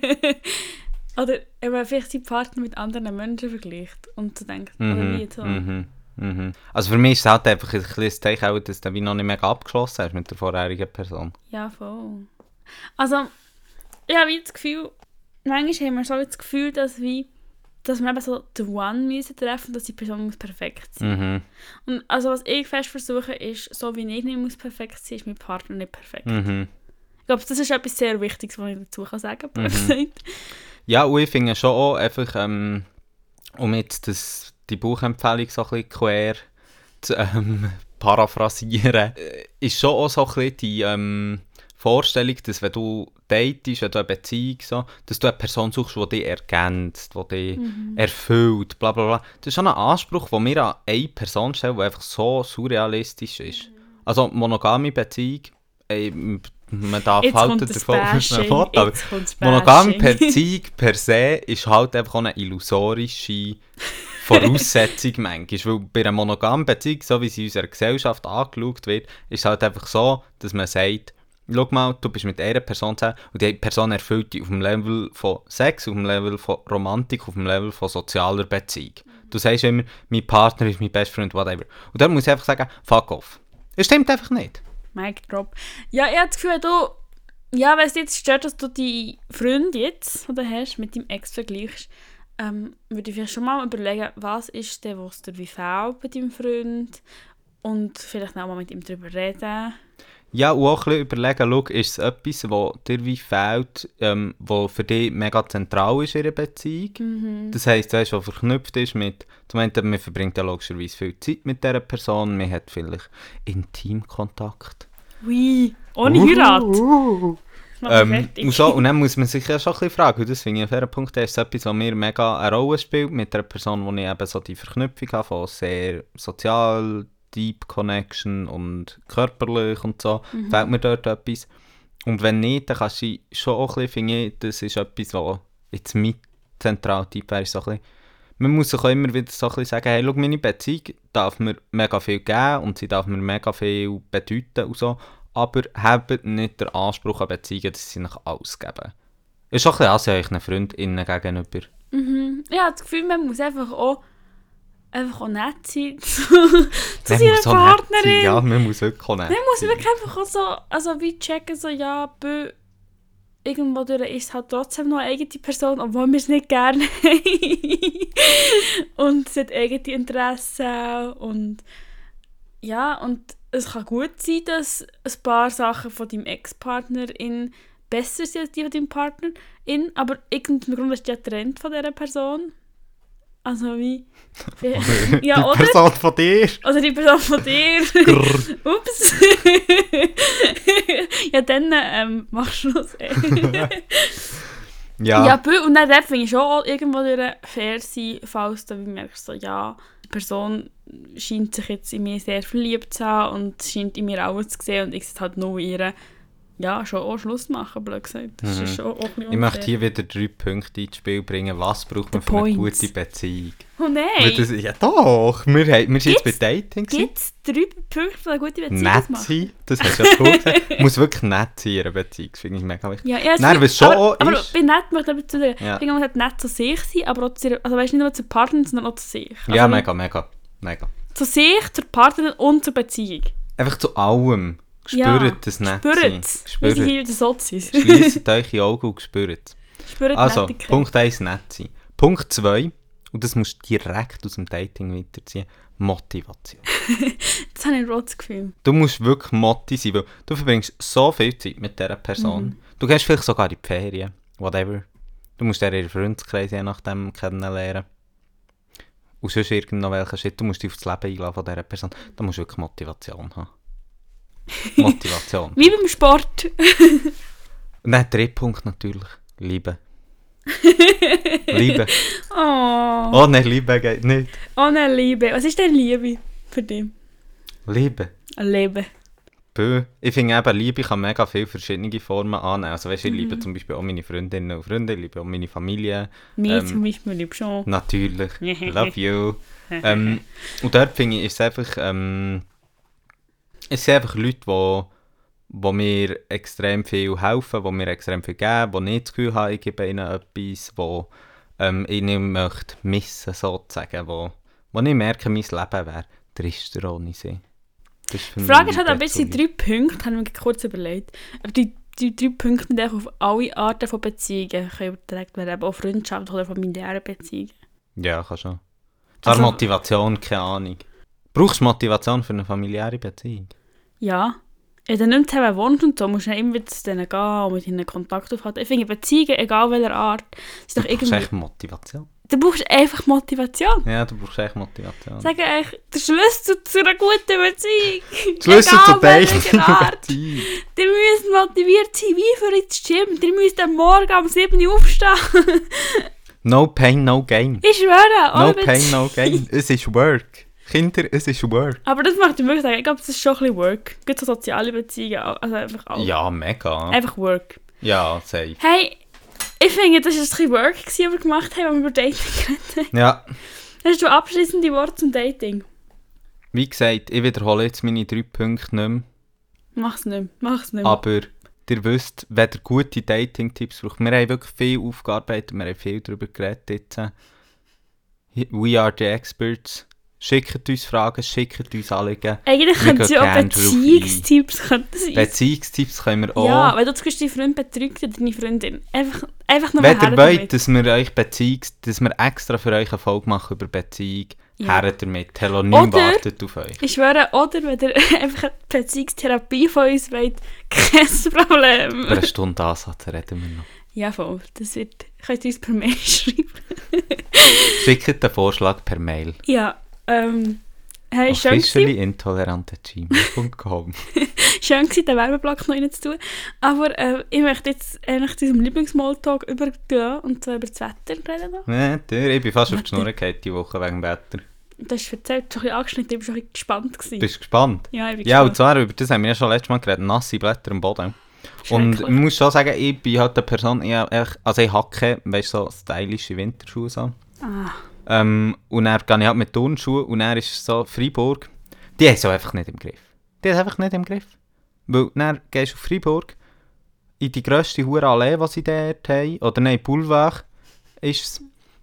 Speaker 2: Oder eben vielleicht seinen Partner mit anderen Menschen vergleicht und so denkt, oder wie so.
Speaker 1: Also für mich ist es halt einfach ein kleines Zeichen, dass du wie noch nicht mega abgeschlossen hast mit der vorherigen Person.
Speaker 2: Ja, voll. Also, ich habe das Gefühl, manchmal haben wir so das Gefühl, dass wir eben so den One müssen treffen, dass die Person muss perfekt sein. Und also was ich fest versuche, ist, so wie ich nicht muss perfekt sein, ist mein Partner nicht perfekt. Ich glaube, das ist etwas sehr Wichtiges, was ich dazu sagen kann.
Speaker 1: Ja, und ich finde schon auch einfach, um jetzt die Buchempfehlung so ein bisschen quer zu paraphrasieren, ist schon auch so ein bisschen die Vorstellung, dass wenn du datest, wenn du eine Beziehung so, dass du eine Person suchst, die dich ergänzt, die dich erfüllt, bla bla bla. Das ist schon ein Anspruch, den wir an eine Person stellen, der einfach so surrealistisch ist. Also monogame Beziehung, man darf
Speaker 2: Jetzt
Speaker 1: halt
Speaker 2: kommt das
Speaker 1: davon
Speaker 2: Bashing.
Speaker 1: aber
Speaker 2: Jetzt kommt das
Speaker 1: monogame
Speaker 2: Bashing.
Speaker 1: Beziehung per se ist halt einfach auch eine illusorische Voraussetzung manchmal, weil bei einer monogamen Beziehung, so wie sie in unserer Gesellschaft angeschaut wird, ist es halt einfach so, dass man sagt, schau mal, du bist mit einer Person zusammen und die Person erfüllt dich auf dem Level von Sex, auf dem Level von Romantik, auf dem Level von sozialer Beziehung. Du sagst immer, mein Partner ist mein Best Friend, whatever. Und dann muss ich einfach sagen, fuck off. Das stimmt einfach nicht.
Speaker 2: Mic drop. Ja, ich habe das Gefühl, wenn es dich jetzt stört, dass du die Freunde jetzt, die du hast, mit deinem Ex vergleichst, würde ich vielleicht schon mal überlegen, was ist denn, was dir wie fehlt bei deinem Freund und vielleicht auch mal mit ihm darüber reden.
Speaker 1: Ja, und auch ein bisschen überlegen, schau, ist es etwas, was dir wie fehlt, was für dich mega zentral ist in einer Beziehung. Das heisst, weißt, was verknüpft ist mit, zum einen, man verbringt ja logischerweise viel Zeit mit dieser Person, man hat vielleicht Intimkontakt.
Speaker 2: Ui, ohne Heirat.
Speaker 1: Und, so, und dann muss man sich ja schon ein bisschen fragen, und das finde ich ein fairer Punkt, ist etwas, was mir mega eine Rolle spielt, mit einer Person, wo ich eben so die Verknüpfung habe, von sehr sozial, Deep Connection und körperlich und so, fehlt mir dort etwas. Und wenn nicht, dann kannst du schon auch ein bisschen, finde ich, das ist etwas, was jetzt mein Zentraltyp wäre, so ein bisschen, man muss sich auch immer wieder so ein bisschen sagen, hey, schau, meine Beziehung darf mir mega viel geben und sie darf mir mega viel bedeuten und so, aber habt nicht den Anspruch an Beziehungen, dass sie nach alles geben. Ist schon ein bisschen euren FreundInnen gegenüber.
Speaker 2: Ich habe das Gefühl, man muss einfach auch nett sein zu seiner Partnerin.
Speaker 1: Ja, man muss wirklich auch nett sein.
Speaker 2: Man muss wirklich einfach auch so, also wie checken, so ja, irgendwo durch ist es halt trotzdem noch eine eigene Person, obwohl wir es nicht gerne haben. Und es hat eigene Interessen und ja, und es kann gut sein, dass ein paar Sachen von deinem Ex-Partnerin besser sind als die von deinem Partnerin, aber irgendein Grund ist ja getrennt von dieser Person. Also wie...
Speaker 1: Die
Speaker 2: ja, oder?
Speaker 1: Person von dir.
Speaker 2: Oder die Person von dir. Ups. Ja, dann mach Schluss.
Speaker 1: Ja.
Speaker 2: Ja, und dann dort finde ich schon auch irgendwo fair sein, falls du merkst, so, ja, die Person scheint sich jetzt in mir sehr verliebt zu haben und scheint in mir alles zu sehen und ich sollte halt nur ihre, ja, schon auch Schluss machen, blöd gesagt. Das ist schon auch ein bisschen
Speaker 1: Ich möchte hier wieder 3 Punkte ins Spiel bringen. Was braucht man für eine gute Beziehung?
Speaker 2: Oh nein!
Speaker 1: Ja doch, wir sind jetzt bei Dating.
Speaker 2: Gibt es 3 Punkte für eine gute Beziehung
Speaker 1: Nett
Speaker 2: zu machen?
Speaker 1: sein, das hast du ja gut gesagt. Muss wirklich nett sein in einer Beziehung, das finde ich mega wichtig.
Speaker 2: Ja, ja,
Speaker 1: Nein, was schon
Speaker 2: aber
Speaker 1: ist...
Speaker 2: bei nett möchte ich dazu sagen,
Speaker 1: Ja.
Speaker 2: ich finde, man sollte nett zu sich sein, aber auch zu, also weißt, nicht nur zu Partnern, sondern auch zu sich. Also
Speaker 1: Ja, mega.
Speaker 2: zu sich, zur Partnerin und zur Beziehung.
Speaker 1: Einfach zu allem. Spürt das nett sein.
Speaker 2: Wir sind hier wieder Sozis.
Speaker 1: Schliesst euch die Augen und spürt.
Speaker 2: Spürt
Speaker 1: Also,
Speaker 2: Nettigkeit.
Speaker 1: Punkt 1, nett sein. Punkt 2, und das musst du direkt aus dem Dating weiterziehen, Motivation.
Speaker 2: Das habe ich ein das Gefühl.
Speaker 1: Du musst wirklich Motti sein, weil du verbringst so viel Zeit mit dieser Person. Du gehst vielleicht sogar in die Ferien, whatever. Du musst ihren Freundeskreis je nachdem kennenlernen. Und sonst irgend noch welchen Shit. Du musst dich auf das Leben einladen von dieser Person. Da musst du wirklich Motivation haben. Motivation.
Speaker 2: Wie beim Sport.
Speaker 1: Und dann der dritte Punkt natürlich. Liebe. Liebe.
Speaker 2: Oh.
Speaker 1: Oh nein, Liebe geht nicht.
Speaker 2: Oh nein, Liebe. Was ist denn Liebe für dich?
Speaker 1: Liebe.
Speaker 2: Ein Leben.
Speaker 1: Bö. Ich finde eben, Liebe kann mega viele verschiedene Formen annehmen. Also weißt du, ich liebe zum Beispiel auch meine Freundinnen und Freunde, ich liebe auch meine Familie.
Speaker 2: Mir zum Beispiel liebe schon.
Speaker 1: Natürlich. Love you. Und dort finde ich, ist es einfach, es sind einfach Leute, die mir extrem viel helfen, die mir extrem viel geben, die nicht das Gefühl haben, ich gebe ihnen etwas, die ich nicht möchte missen, sozusagen, wo ich merke, mein Leben wäre trister ohne sie.
Speaker 2: Die Frage ist halt ein bisschen 3 Punkte, habe ich mir kurz überlegt. Aber die 3 Punkte sind auf alle Arten von Beziehungen können übertragen werden, aber auch Freundschaft oder familiäre Beziehungen.
Speaker 1: Ja, kann schon. Zwar
Speaker 2: Also-
Speaker 1: Motivation, keine Ahnung. Brauchst du Motivation für eine familiäre Beziehung?
Speaker 2: Ja. Wenn du nicht mehr zusammen wohnst und so, musst du immer zu denen gehen und mit ihnen Kontakt aufhalten. Ich finde, Beziehungen, egal welcher Art, ist doch
Speaker 1: Du brauchst
Speaker 2: irgendwie...
Speaker 1: echt Motivation.
Speaker 2: Du brauchst einfach Motivation.
Speaker 1: Ja, du brauchst echt Motivation.
Speaker 2: Sag eigentlich, der Schlüssel zu einer guten Beziehung.
Speaker 1: Schlüssel
Speaker 2: Egal
Speaker 1: zu
Speaker 2: welcher Art.
Speaker 1: Beziehung.
Speaker 2: Ihr müsst motiviert sein, wie für ins Gym. Ihr müsst am Morgen um 7 Uhr aufstehen.
Speaker 1: No pain, no gain.
Speaker 2: Ich schwöre.
Speaker 1: No
Speaker 2: ohne
Speaker 1: pain,
Speaker 2: Witz.
Speaker 1: no gain. Es ist Work. Kinder, es ist Work.
Speaker 2: Aber das möchte ich wirklich sagen. Ich glaube, das ist schon ein bisschen Work. Gibt so soziale Beziehungen. Also einfach alles.
Speaker 1: Ja, mega.
Speaker 2: Einfach Work.
Speaker 1: Ja, safe.
Speaker 2: Hey, ich finde, das war ein bisschen Work, was wir gemacht haben, als wir über Dating geredet haben.
Speaker 1: Ja,
Speaker 2: Hast du abschließende Worte zum Dating?
Speaker 1: wie gesagt, ich wiederhole jetzt meine 3 Punkte nicht mehr.
Speaker 2: Mach's nicht mehr.
Speaker 1: Aber ihr wisst, wenn ihr gute Dating-Tipps braucht, wir haben wirklich viel aufgearbeitet, wir haben viel darüber geredet jetzt. We are the experts. Schickt uns Fragen, schickt uns Anliegen.
Speaker 2: Eigentlich
Speaker 1: Wir
Speaker 2: könnten sie
Speaker 1: gehen
Speaker 2: auch
Speaker 1: gerne drauf
Speaker 2: Beziehungstipps könnten sein.
Speaker 1: Beziehungstipps können wir auch.
Speaker 2: Ja, wenn du deinen Freund betrügst oder deine Freundin. Einfach nur
Speaker 1: Wenn
Speaker 2: her
Speaker 1: ihr
Speaker 2: damit.
Speaker 1: wollt, dass wir extra für euch eine Folge machen über Beziehung,
Speaker 2: Ja.
Speaker 1: her damit. Telonym
Speaker 2: Oder-
Speaker 1: wartet auf euch.
Speaker 2: Ich schwöre, oder wenn ihr einfach eine Beziehungstherapie von uns wollt, kein Problem.
Speaker 1: Über eine Stunde Ansatz reden wir noch.
Speaker 2: Ja, voll. Das wird, könnt ihr uns per Mail schreiben.
Speaker 1: Schickt den Vorschlag per Mail.
Speaker 2: Ja, hey, schön gewesen,
Speaker 1: officiallyintolerant@gmail.com.
Speaker 2: schön gewesen, den Werbeblock noch reinzutun. Aber ich möchte jetzt eigentlich zu unserem Lieblings-Smalltalk übergehen und zwar über das Wetter reden noch.
Speaker 1: Ja, ich bin fast auf die Schnur gefallen diese Woche wegen dem Wetter.
Speaker 2: Du hast erzählt, schon ein bisschen angeschnitten, ich war schon ein bisschen gespannt. Gewesen.
Speaker 1: Bist du gespannt?
Speaker 2: Ja, ich bin
Speaker 1: Ja, und
Speaker 2: gespannt.
Speaker 1: zwar, über das haben wir ja schon letztes Mal geredet, nasse Blätter am Boden. Und ich
Speaker 2: Schrecklich.
Speaker 1: muss schon sagen, ich bin halt eine Person, ich habe keine, weißt du, so stylische Winterschuhe so.
Speaker 2: Ah,
Speaker 1: Und dann gehe ich halt mit Turnschuhen und dann ist so Freiburg. Die haben es einfach nicht im Griff. Weil dann gehst du auf Freiburg, in die grösste Hure Allee, die sie dort haben, oder nein, Boulevard ist es.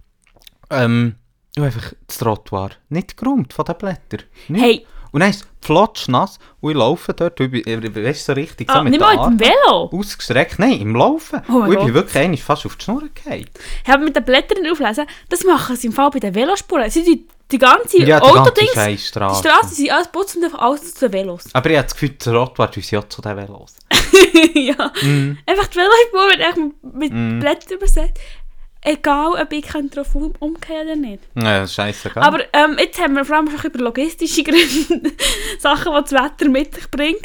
Speaker 1: Und einfach das Trottoir nicht geräumt von den Blättern. Nicht.
Speaker 2: hey,
Speaker 1: Und dann ist es flotschnass und ich laufe dort, und ich bin weißt, so richtig so mit
Speaker 2: nicht
Speaker 1: den
Speaker 2: mal mit dem
Speaker 1: Armen
Speaker 2: Velo.
Speaker 1: ausgestreckt. Nein, im Laufen.
Speaker 2: Oh mein
Speaker 1: und ich bin
Speaker 2: Gott.
Speaker 1: wirklich einmal fast auf die Schnur gefallen.
Speaker 2: Ich habe mit den Blättern auflesen, das machen sie im Fall bei den Velospuren. Sie die ganze
Speaker 1: Ja, die ganze
Speaker 2: Autodings, die
Speaker 1: Scheissstraße.
Speaker 2: Straßen sind alles putzen und alles zu den Velos.
Speaker 1: Aber ich habe das Gefühl, der Trottoir tut ja zu den Velos.
Speaker 2: Ja, einfach die Velospur wird echt mit Blättern übersetzt. egal, ob ich drauf umgehen oder nicht.
Speaker 1: Ja, scheissegal.
Speaker 2: Aber jetzt haben wir vor allem schon über logistische Gründe Sachen, die das Wetter mit sich bringt.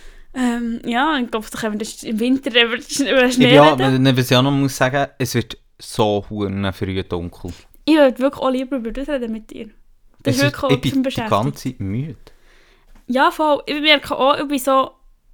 Speaker 2: Ja, ich glaube, da können wir das im Winter über Schnee
Speaker 1: Ja,
Speaker 2: reden.
Speaker 1: was ich auch noch muss sagen, es wird so früh dunkel.
Speaker 2: Ich würde wirklich auch lieber über das reden mit dir. Das ist wirklich auch
Speaker 1: Ich bin
Speaker 2: zum
Speaker 1: die
Speaker 2: Beschäftigen.
Speaker 1: ganze Zeit müde.
Speaker 2: Ja, voll. Ich merke auch, ich bin so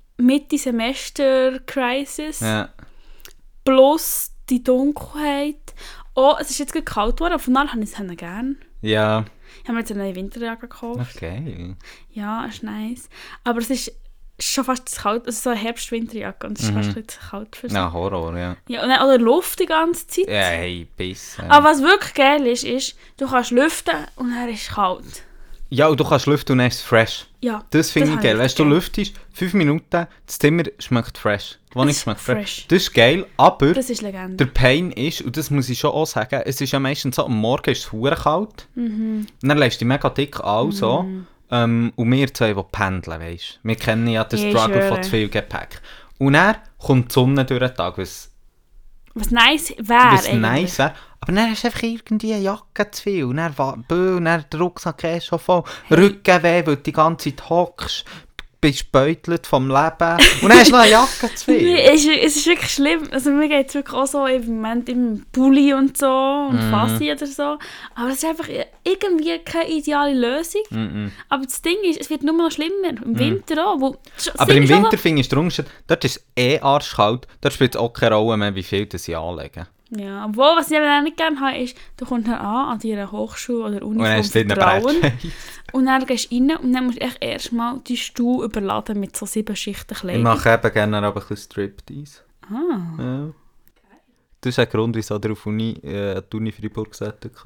Speaker 2: Mitte-Semester-Crisis.
Speaker 1: Ja.
Speaker 2: Plus die Dunkelheit. Oh, es ist jetzt gerade kalt geworden, aber von daher habe ich es gerne.
Speaker 1: Ja.
Speaker 2: Ich habe mir jetzt eine neue Winterjacke gekauft.
Speaker 1: Okay.
Speaker 2: Ja, ist nice. Aber es ist schon fast zu kalt. Es ist so eine Herbst-Winterjacke und es ist fast ein bisschen zu kalt für sie.
Speaker 1: Na, Horror, ja.
Speaker 2: Ja, und dann auch die Luft die ganze Zeit.
Speaker 1: Ja, hey, Biss.
Speaker 2: Aber was wirklich geil ist, du kannst lüften und dann ist es kalt.
Speaker 1: Ja, und du kannst lüften und dann ist es fresh.
Speaker 2: Ja,
Speaker 1: Das finde ich
Speaker 2: habe
Speaker 1: geil. Weißt du, du
Speaker 2: geil.
Speaker 1: lüftest 5 Minuten, das Zimmer schmeckt fresh. Die Wohnung
Speaker 2: Es
Speaker 1: schmeckt
Speaker 2: schmeckt
Speaker 1: fresh.
Speaker 2: fresh.
Speaker 1: Das ist geil, aber
Speaker 2: Das ist Legende.
Speaker 1: der Pain ist, und das muss ich schon auch sagen, es ist ja meistens so, am Morgen ist es verdammt kalt. Und dann lässt du dich mega dick an, so. Und wir zwei, die pendeln, weißt du. Wir kennen ja den
Speaker 2: Ich
Speaker 1: Struggle
Speaker 2: schwöre.
Speaker 1: von zu viel Gepäck. Und dann kommt die Sonne durch den Tag, was
Speaker 2: Was nice wäre
Speaker 1: nice wäre. Aber dann hast du einfach irgendwie eine Jacke zu viel. Und dann, und dann der Rucksack ist schon voll. Rückenweh, weil du die ganze Zeit hockst, bist beutelt vom Leben. Und dann hast du noch eine Jacke zu viel.
Speaker 2: Es ist wirklich schlimm. Also mir geht es wirklich auch so im Moment im Pulli und so und Fassi oder so. Aber es ist einfach irgendwie keine ideale Lösung. Aber das Ding ist, es wird nur noch schlimmer. Im Winter auch.
Speaker 1: Aber im Winter finde ich es drunter, dort ist es arschkalt. Dort spielt es auch keine Rolle mehr, wie viel das sie anlegen.
Speaker 2: Ja, obwohl, was ich eben auch nicht gerne habe, ist, du kommst dann an deiner Hochschule oder Uni
Speaker 1: Und dann
Speaker 2: vom
Speaker 1: ist es in der
Speaker 2: Vertrauen
Speaker 1: Brettfeld.
Speaker 2: und dann gehst du rein und dann musst du echt erstmal die Stuhl überladen mit so 7 Schichten
Speaker 1: Ich
Speaker 2: Kleidung.
Speaker 1: mache eben gerne aber ein bisschen Striptease.
Speaker 2: Ah.
Speaker 1: Ja. Das ist ein Grund, wieso der auf die Uni Freiburg gesagt hat.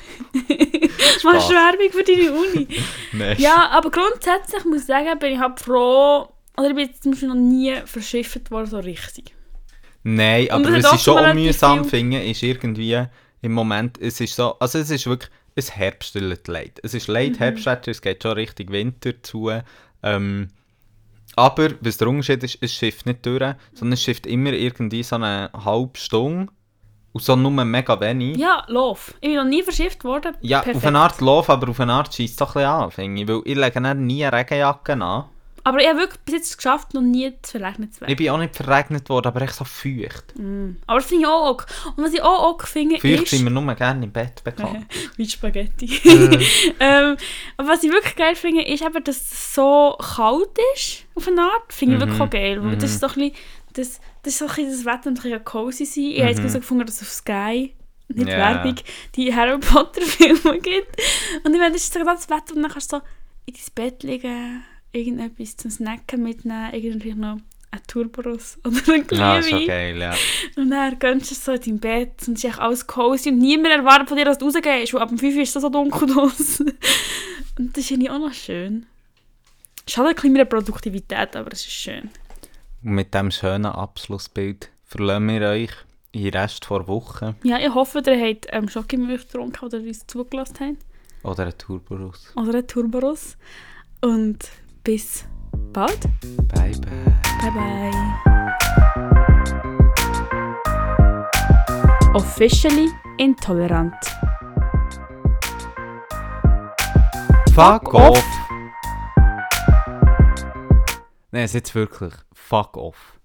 Speaker 2: Machst du Werbung für deine Uni?
Speaker 1: Nein.
Speaker 2: Ja, aber grundsätzlich muss ich sagen, bin ich halt froh, oder ich bin jetzt zum Beispiel noch nie verschifft worden, so richtig.
Speaker 1: Nein,
Speaker 2: Und
Speaker 1: aber
Speaker 2: es
Speaker 1: was
Speaker 2: hat
Speaker 1: ich schon
Speaker 2: auch relativ
Speaker 1: mühsam
Speaker 2: viel-
Speaker 1: finde, ist irgendwie im Moment, es ist so, also es ist wirklich ein Herbststille Leid. Es ist Leid, Herbstwetter, es geht schon Richtung Winter zu. Aber was der Unterschied ist, es schifft nicht durch, sondern es schifft immer irgendwie so eine halbe Stunde und so nur mega wenig.
Speaker 2: Ja, Lauf. Ich bin noch nie verschifft worden.
Speaker 1: Ja,
Speaker 2: Perfekt.
Speaker 1: auf eine Art Lauf, aber auf eine Art scheisst es doch ein bisschen an, finde ich, weil ich lege dann nie eine Regenjacke an.
Speaker 2: Aber ich habe wirklich bis jetzt geschafft, noch nie zu verregnet zu werden.
Speaker 1: Ich bin auch nicht verregnet worden, aber echt so feucht.
Speaker 2: Aber das finde ich auch ok. Und was ich auch ok finde,
Speaker 1: Feucht
Speaker 2: ist...
Speaker 1: sind wir nur gerne im Bett bekannt.
Speaker 2: wie Spaghetti. Aber was ich wirklich geil finde, ist eben, dass es so kalt ist, auf eine Art. Finde ich wirklich auch geil. Weil das ist so ein bisschen... Das ist so ein bisschen das Wetter und ein bisschen cozy sein. Ich habe jetzt so gefunden, dass es auf Sky, nicht
Speaker 1: Ja.
Speaker 2: Werbung, die Harry Potter Filme gibt. Und ich meine, das ist so das Wetter und dann kannst du so in dein Bett liegen, irgendetwas zum Snacken mitnehmen, irgendwie noch ein Turboros oder ein
Speaker 1: Ja, ist
Speaker 2: Glühwein.
Speaker 1: schon geil, ja.
Speaker 2: Und dann gehst du so in dein Bett und es ist echt alles cozy und niemand erwartet von dir, dass du rausgehst, weil ab dem 5 Uhr ist es so dunkel draussen. Und das finde ich auch noch schön. Es hat ein bisschen mehr Produktivität, aber es ist schön.
Speaker 1: Und mit diesem schönen Abschlussbild verlassen wir euch in den Rest der Woche.
Speaker 2: Ja, ich hoffe, ihr habt Schokimilch getrunken oder uns zugelassen habt.
Speaker 1: Oder ein Turborus.
Speaker 2: Oder ein Turboros. Und bis bald.
Speaker 1: Bye, bye.
Speaker 2: Bye bye. Officially intolerant.
Speaker 1: Fuck off! Nein, jetzt wirklich. Fuck off.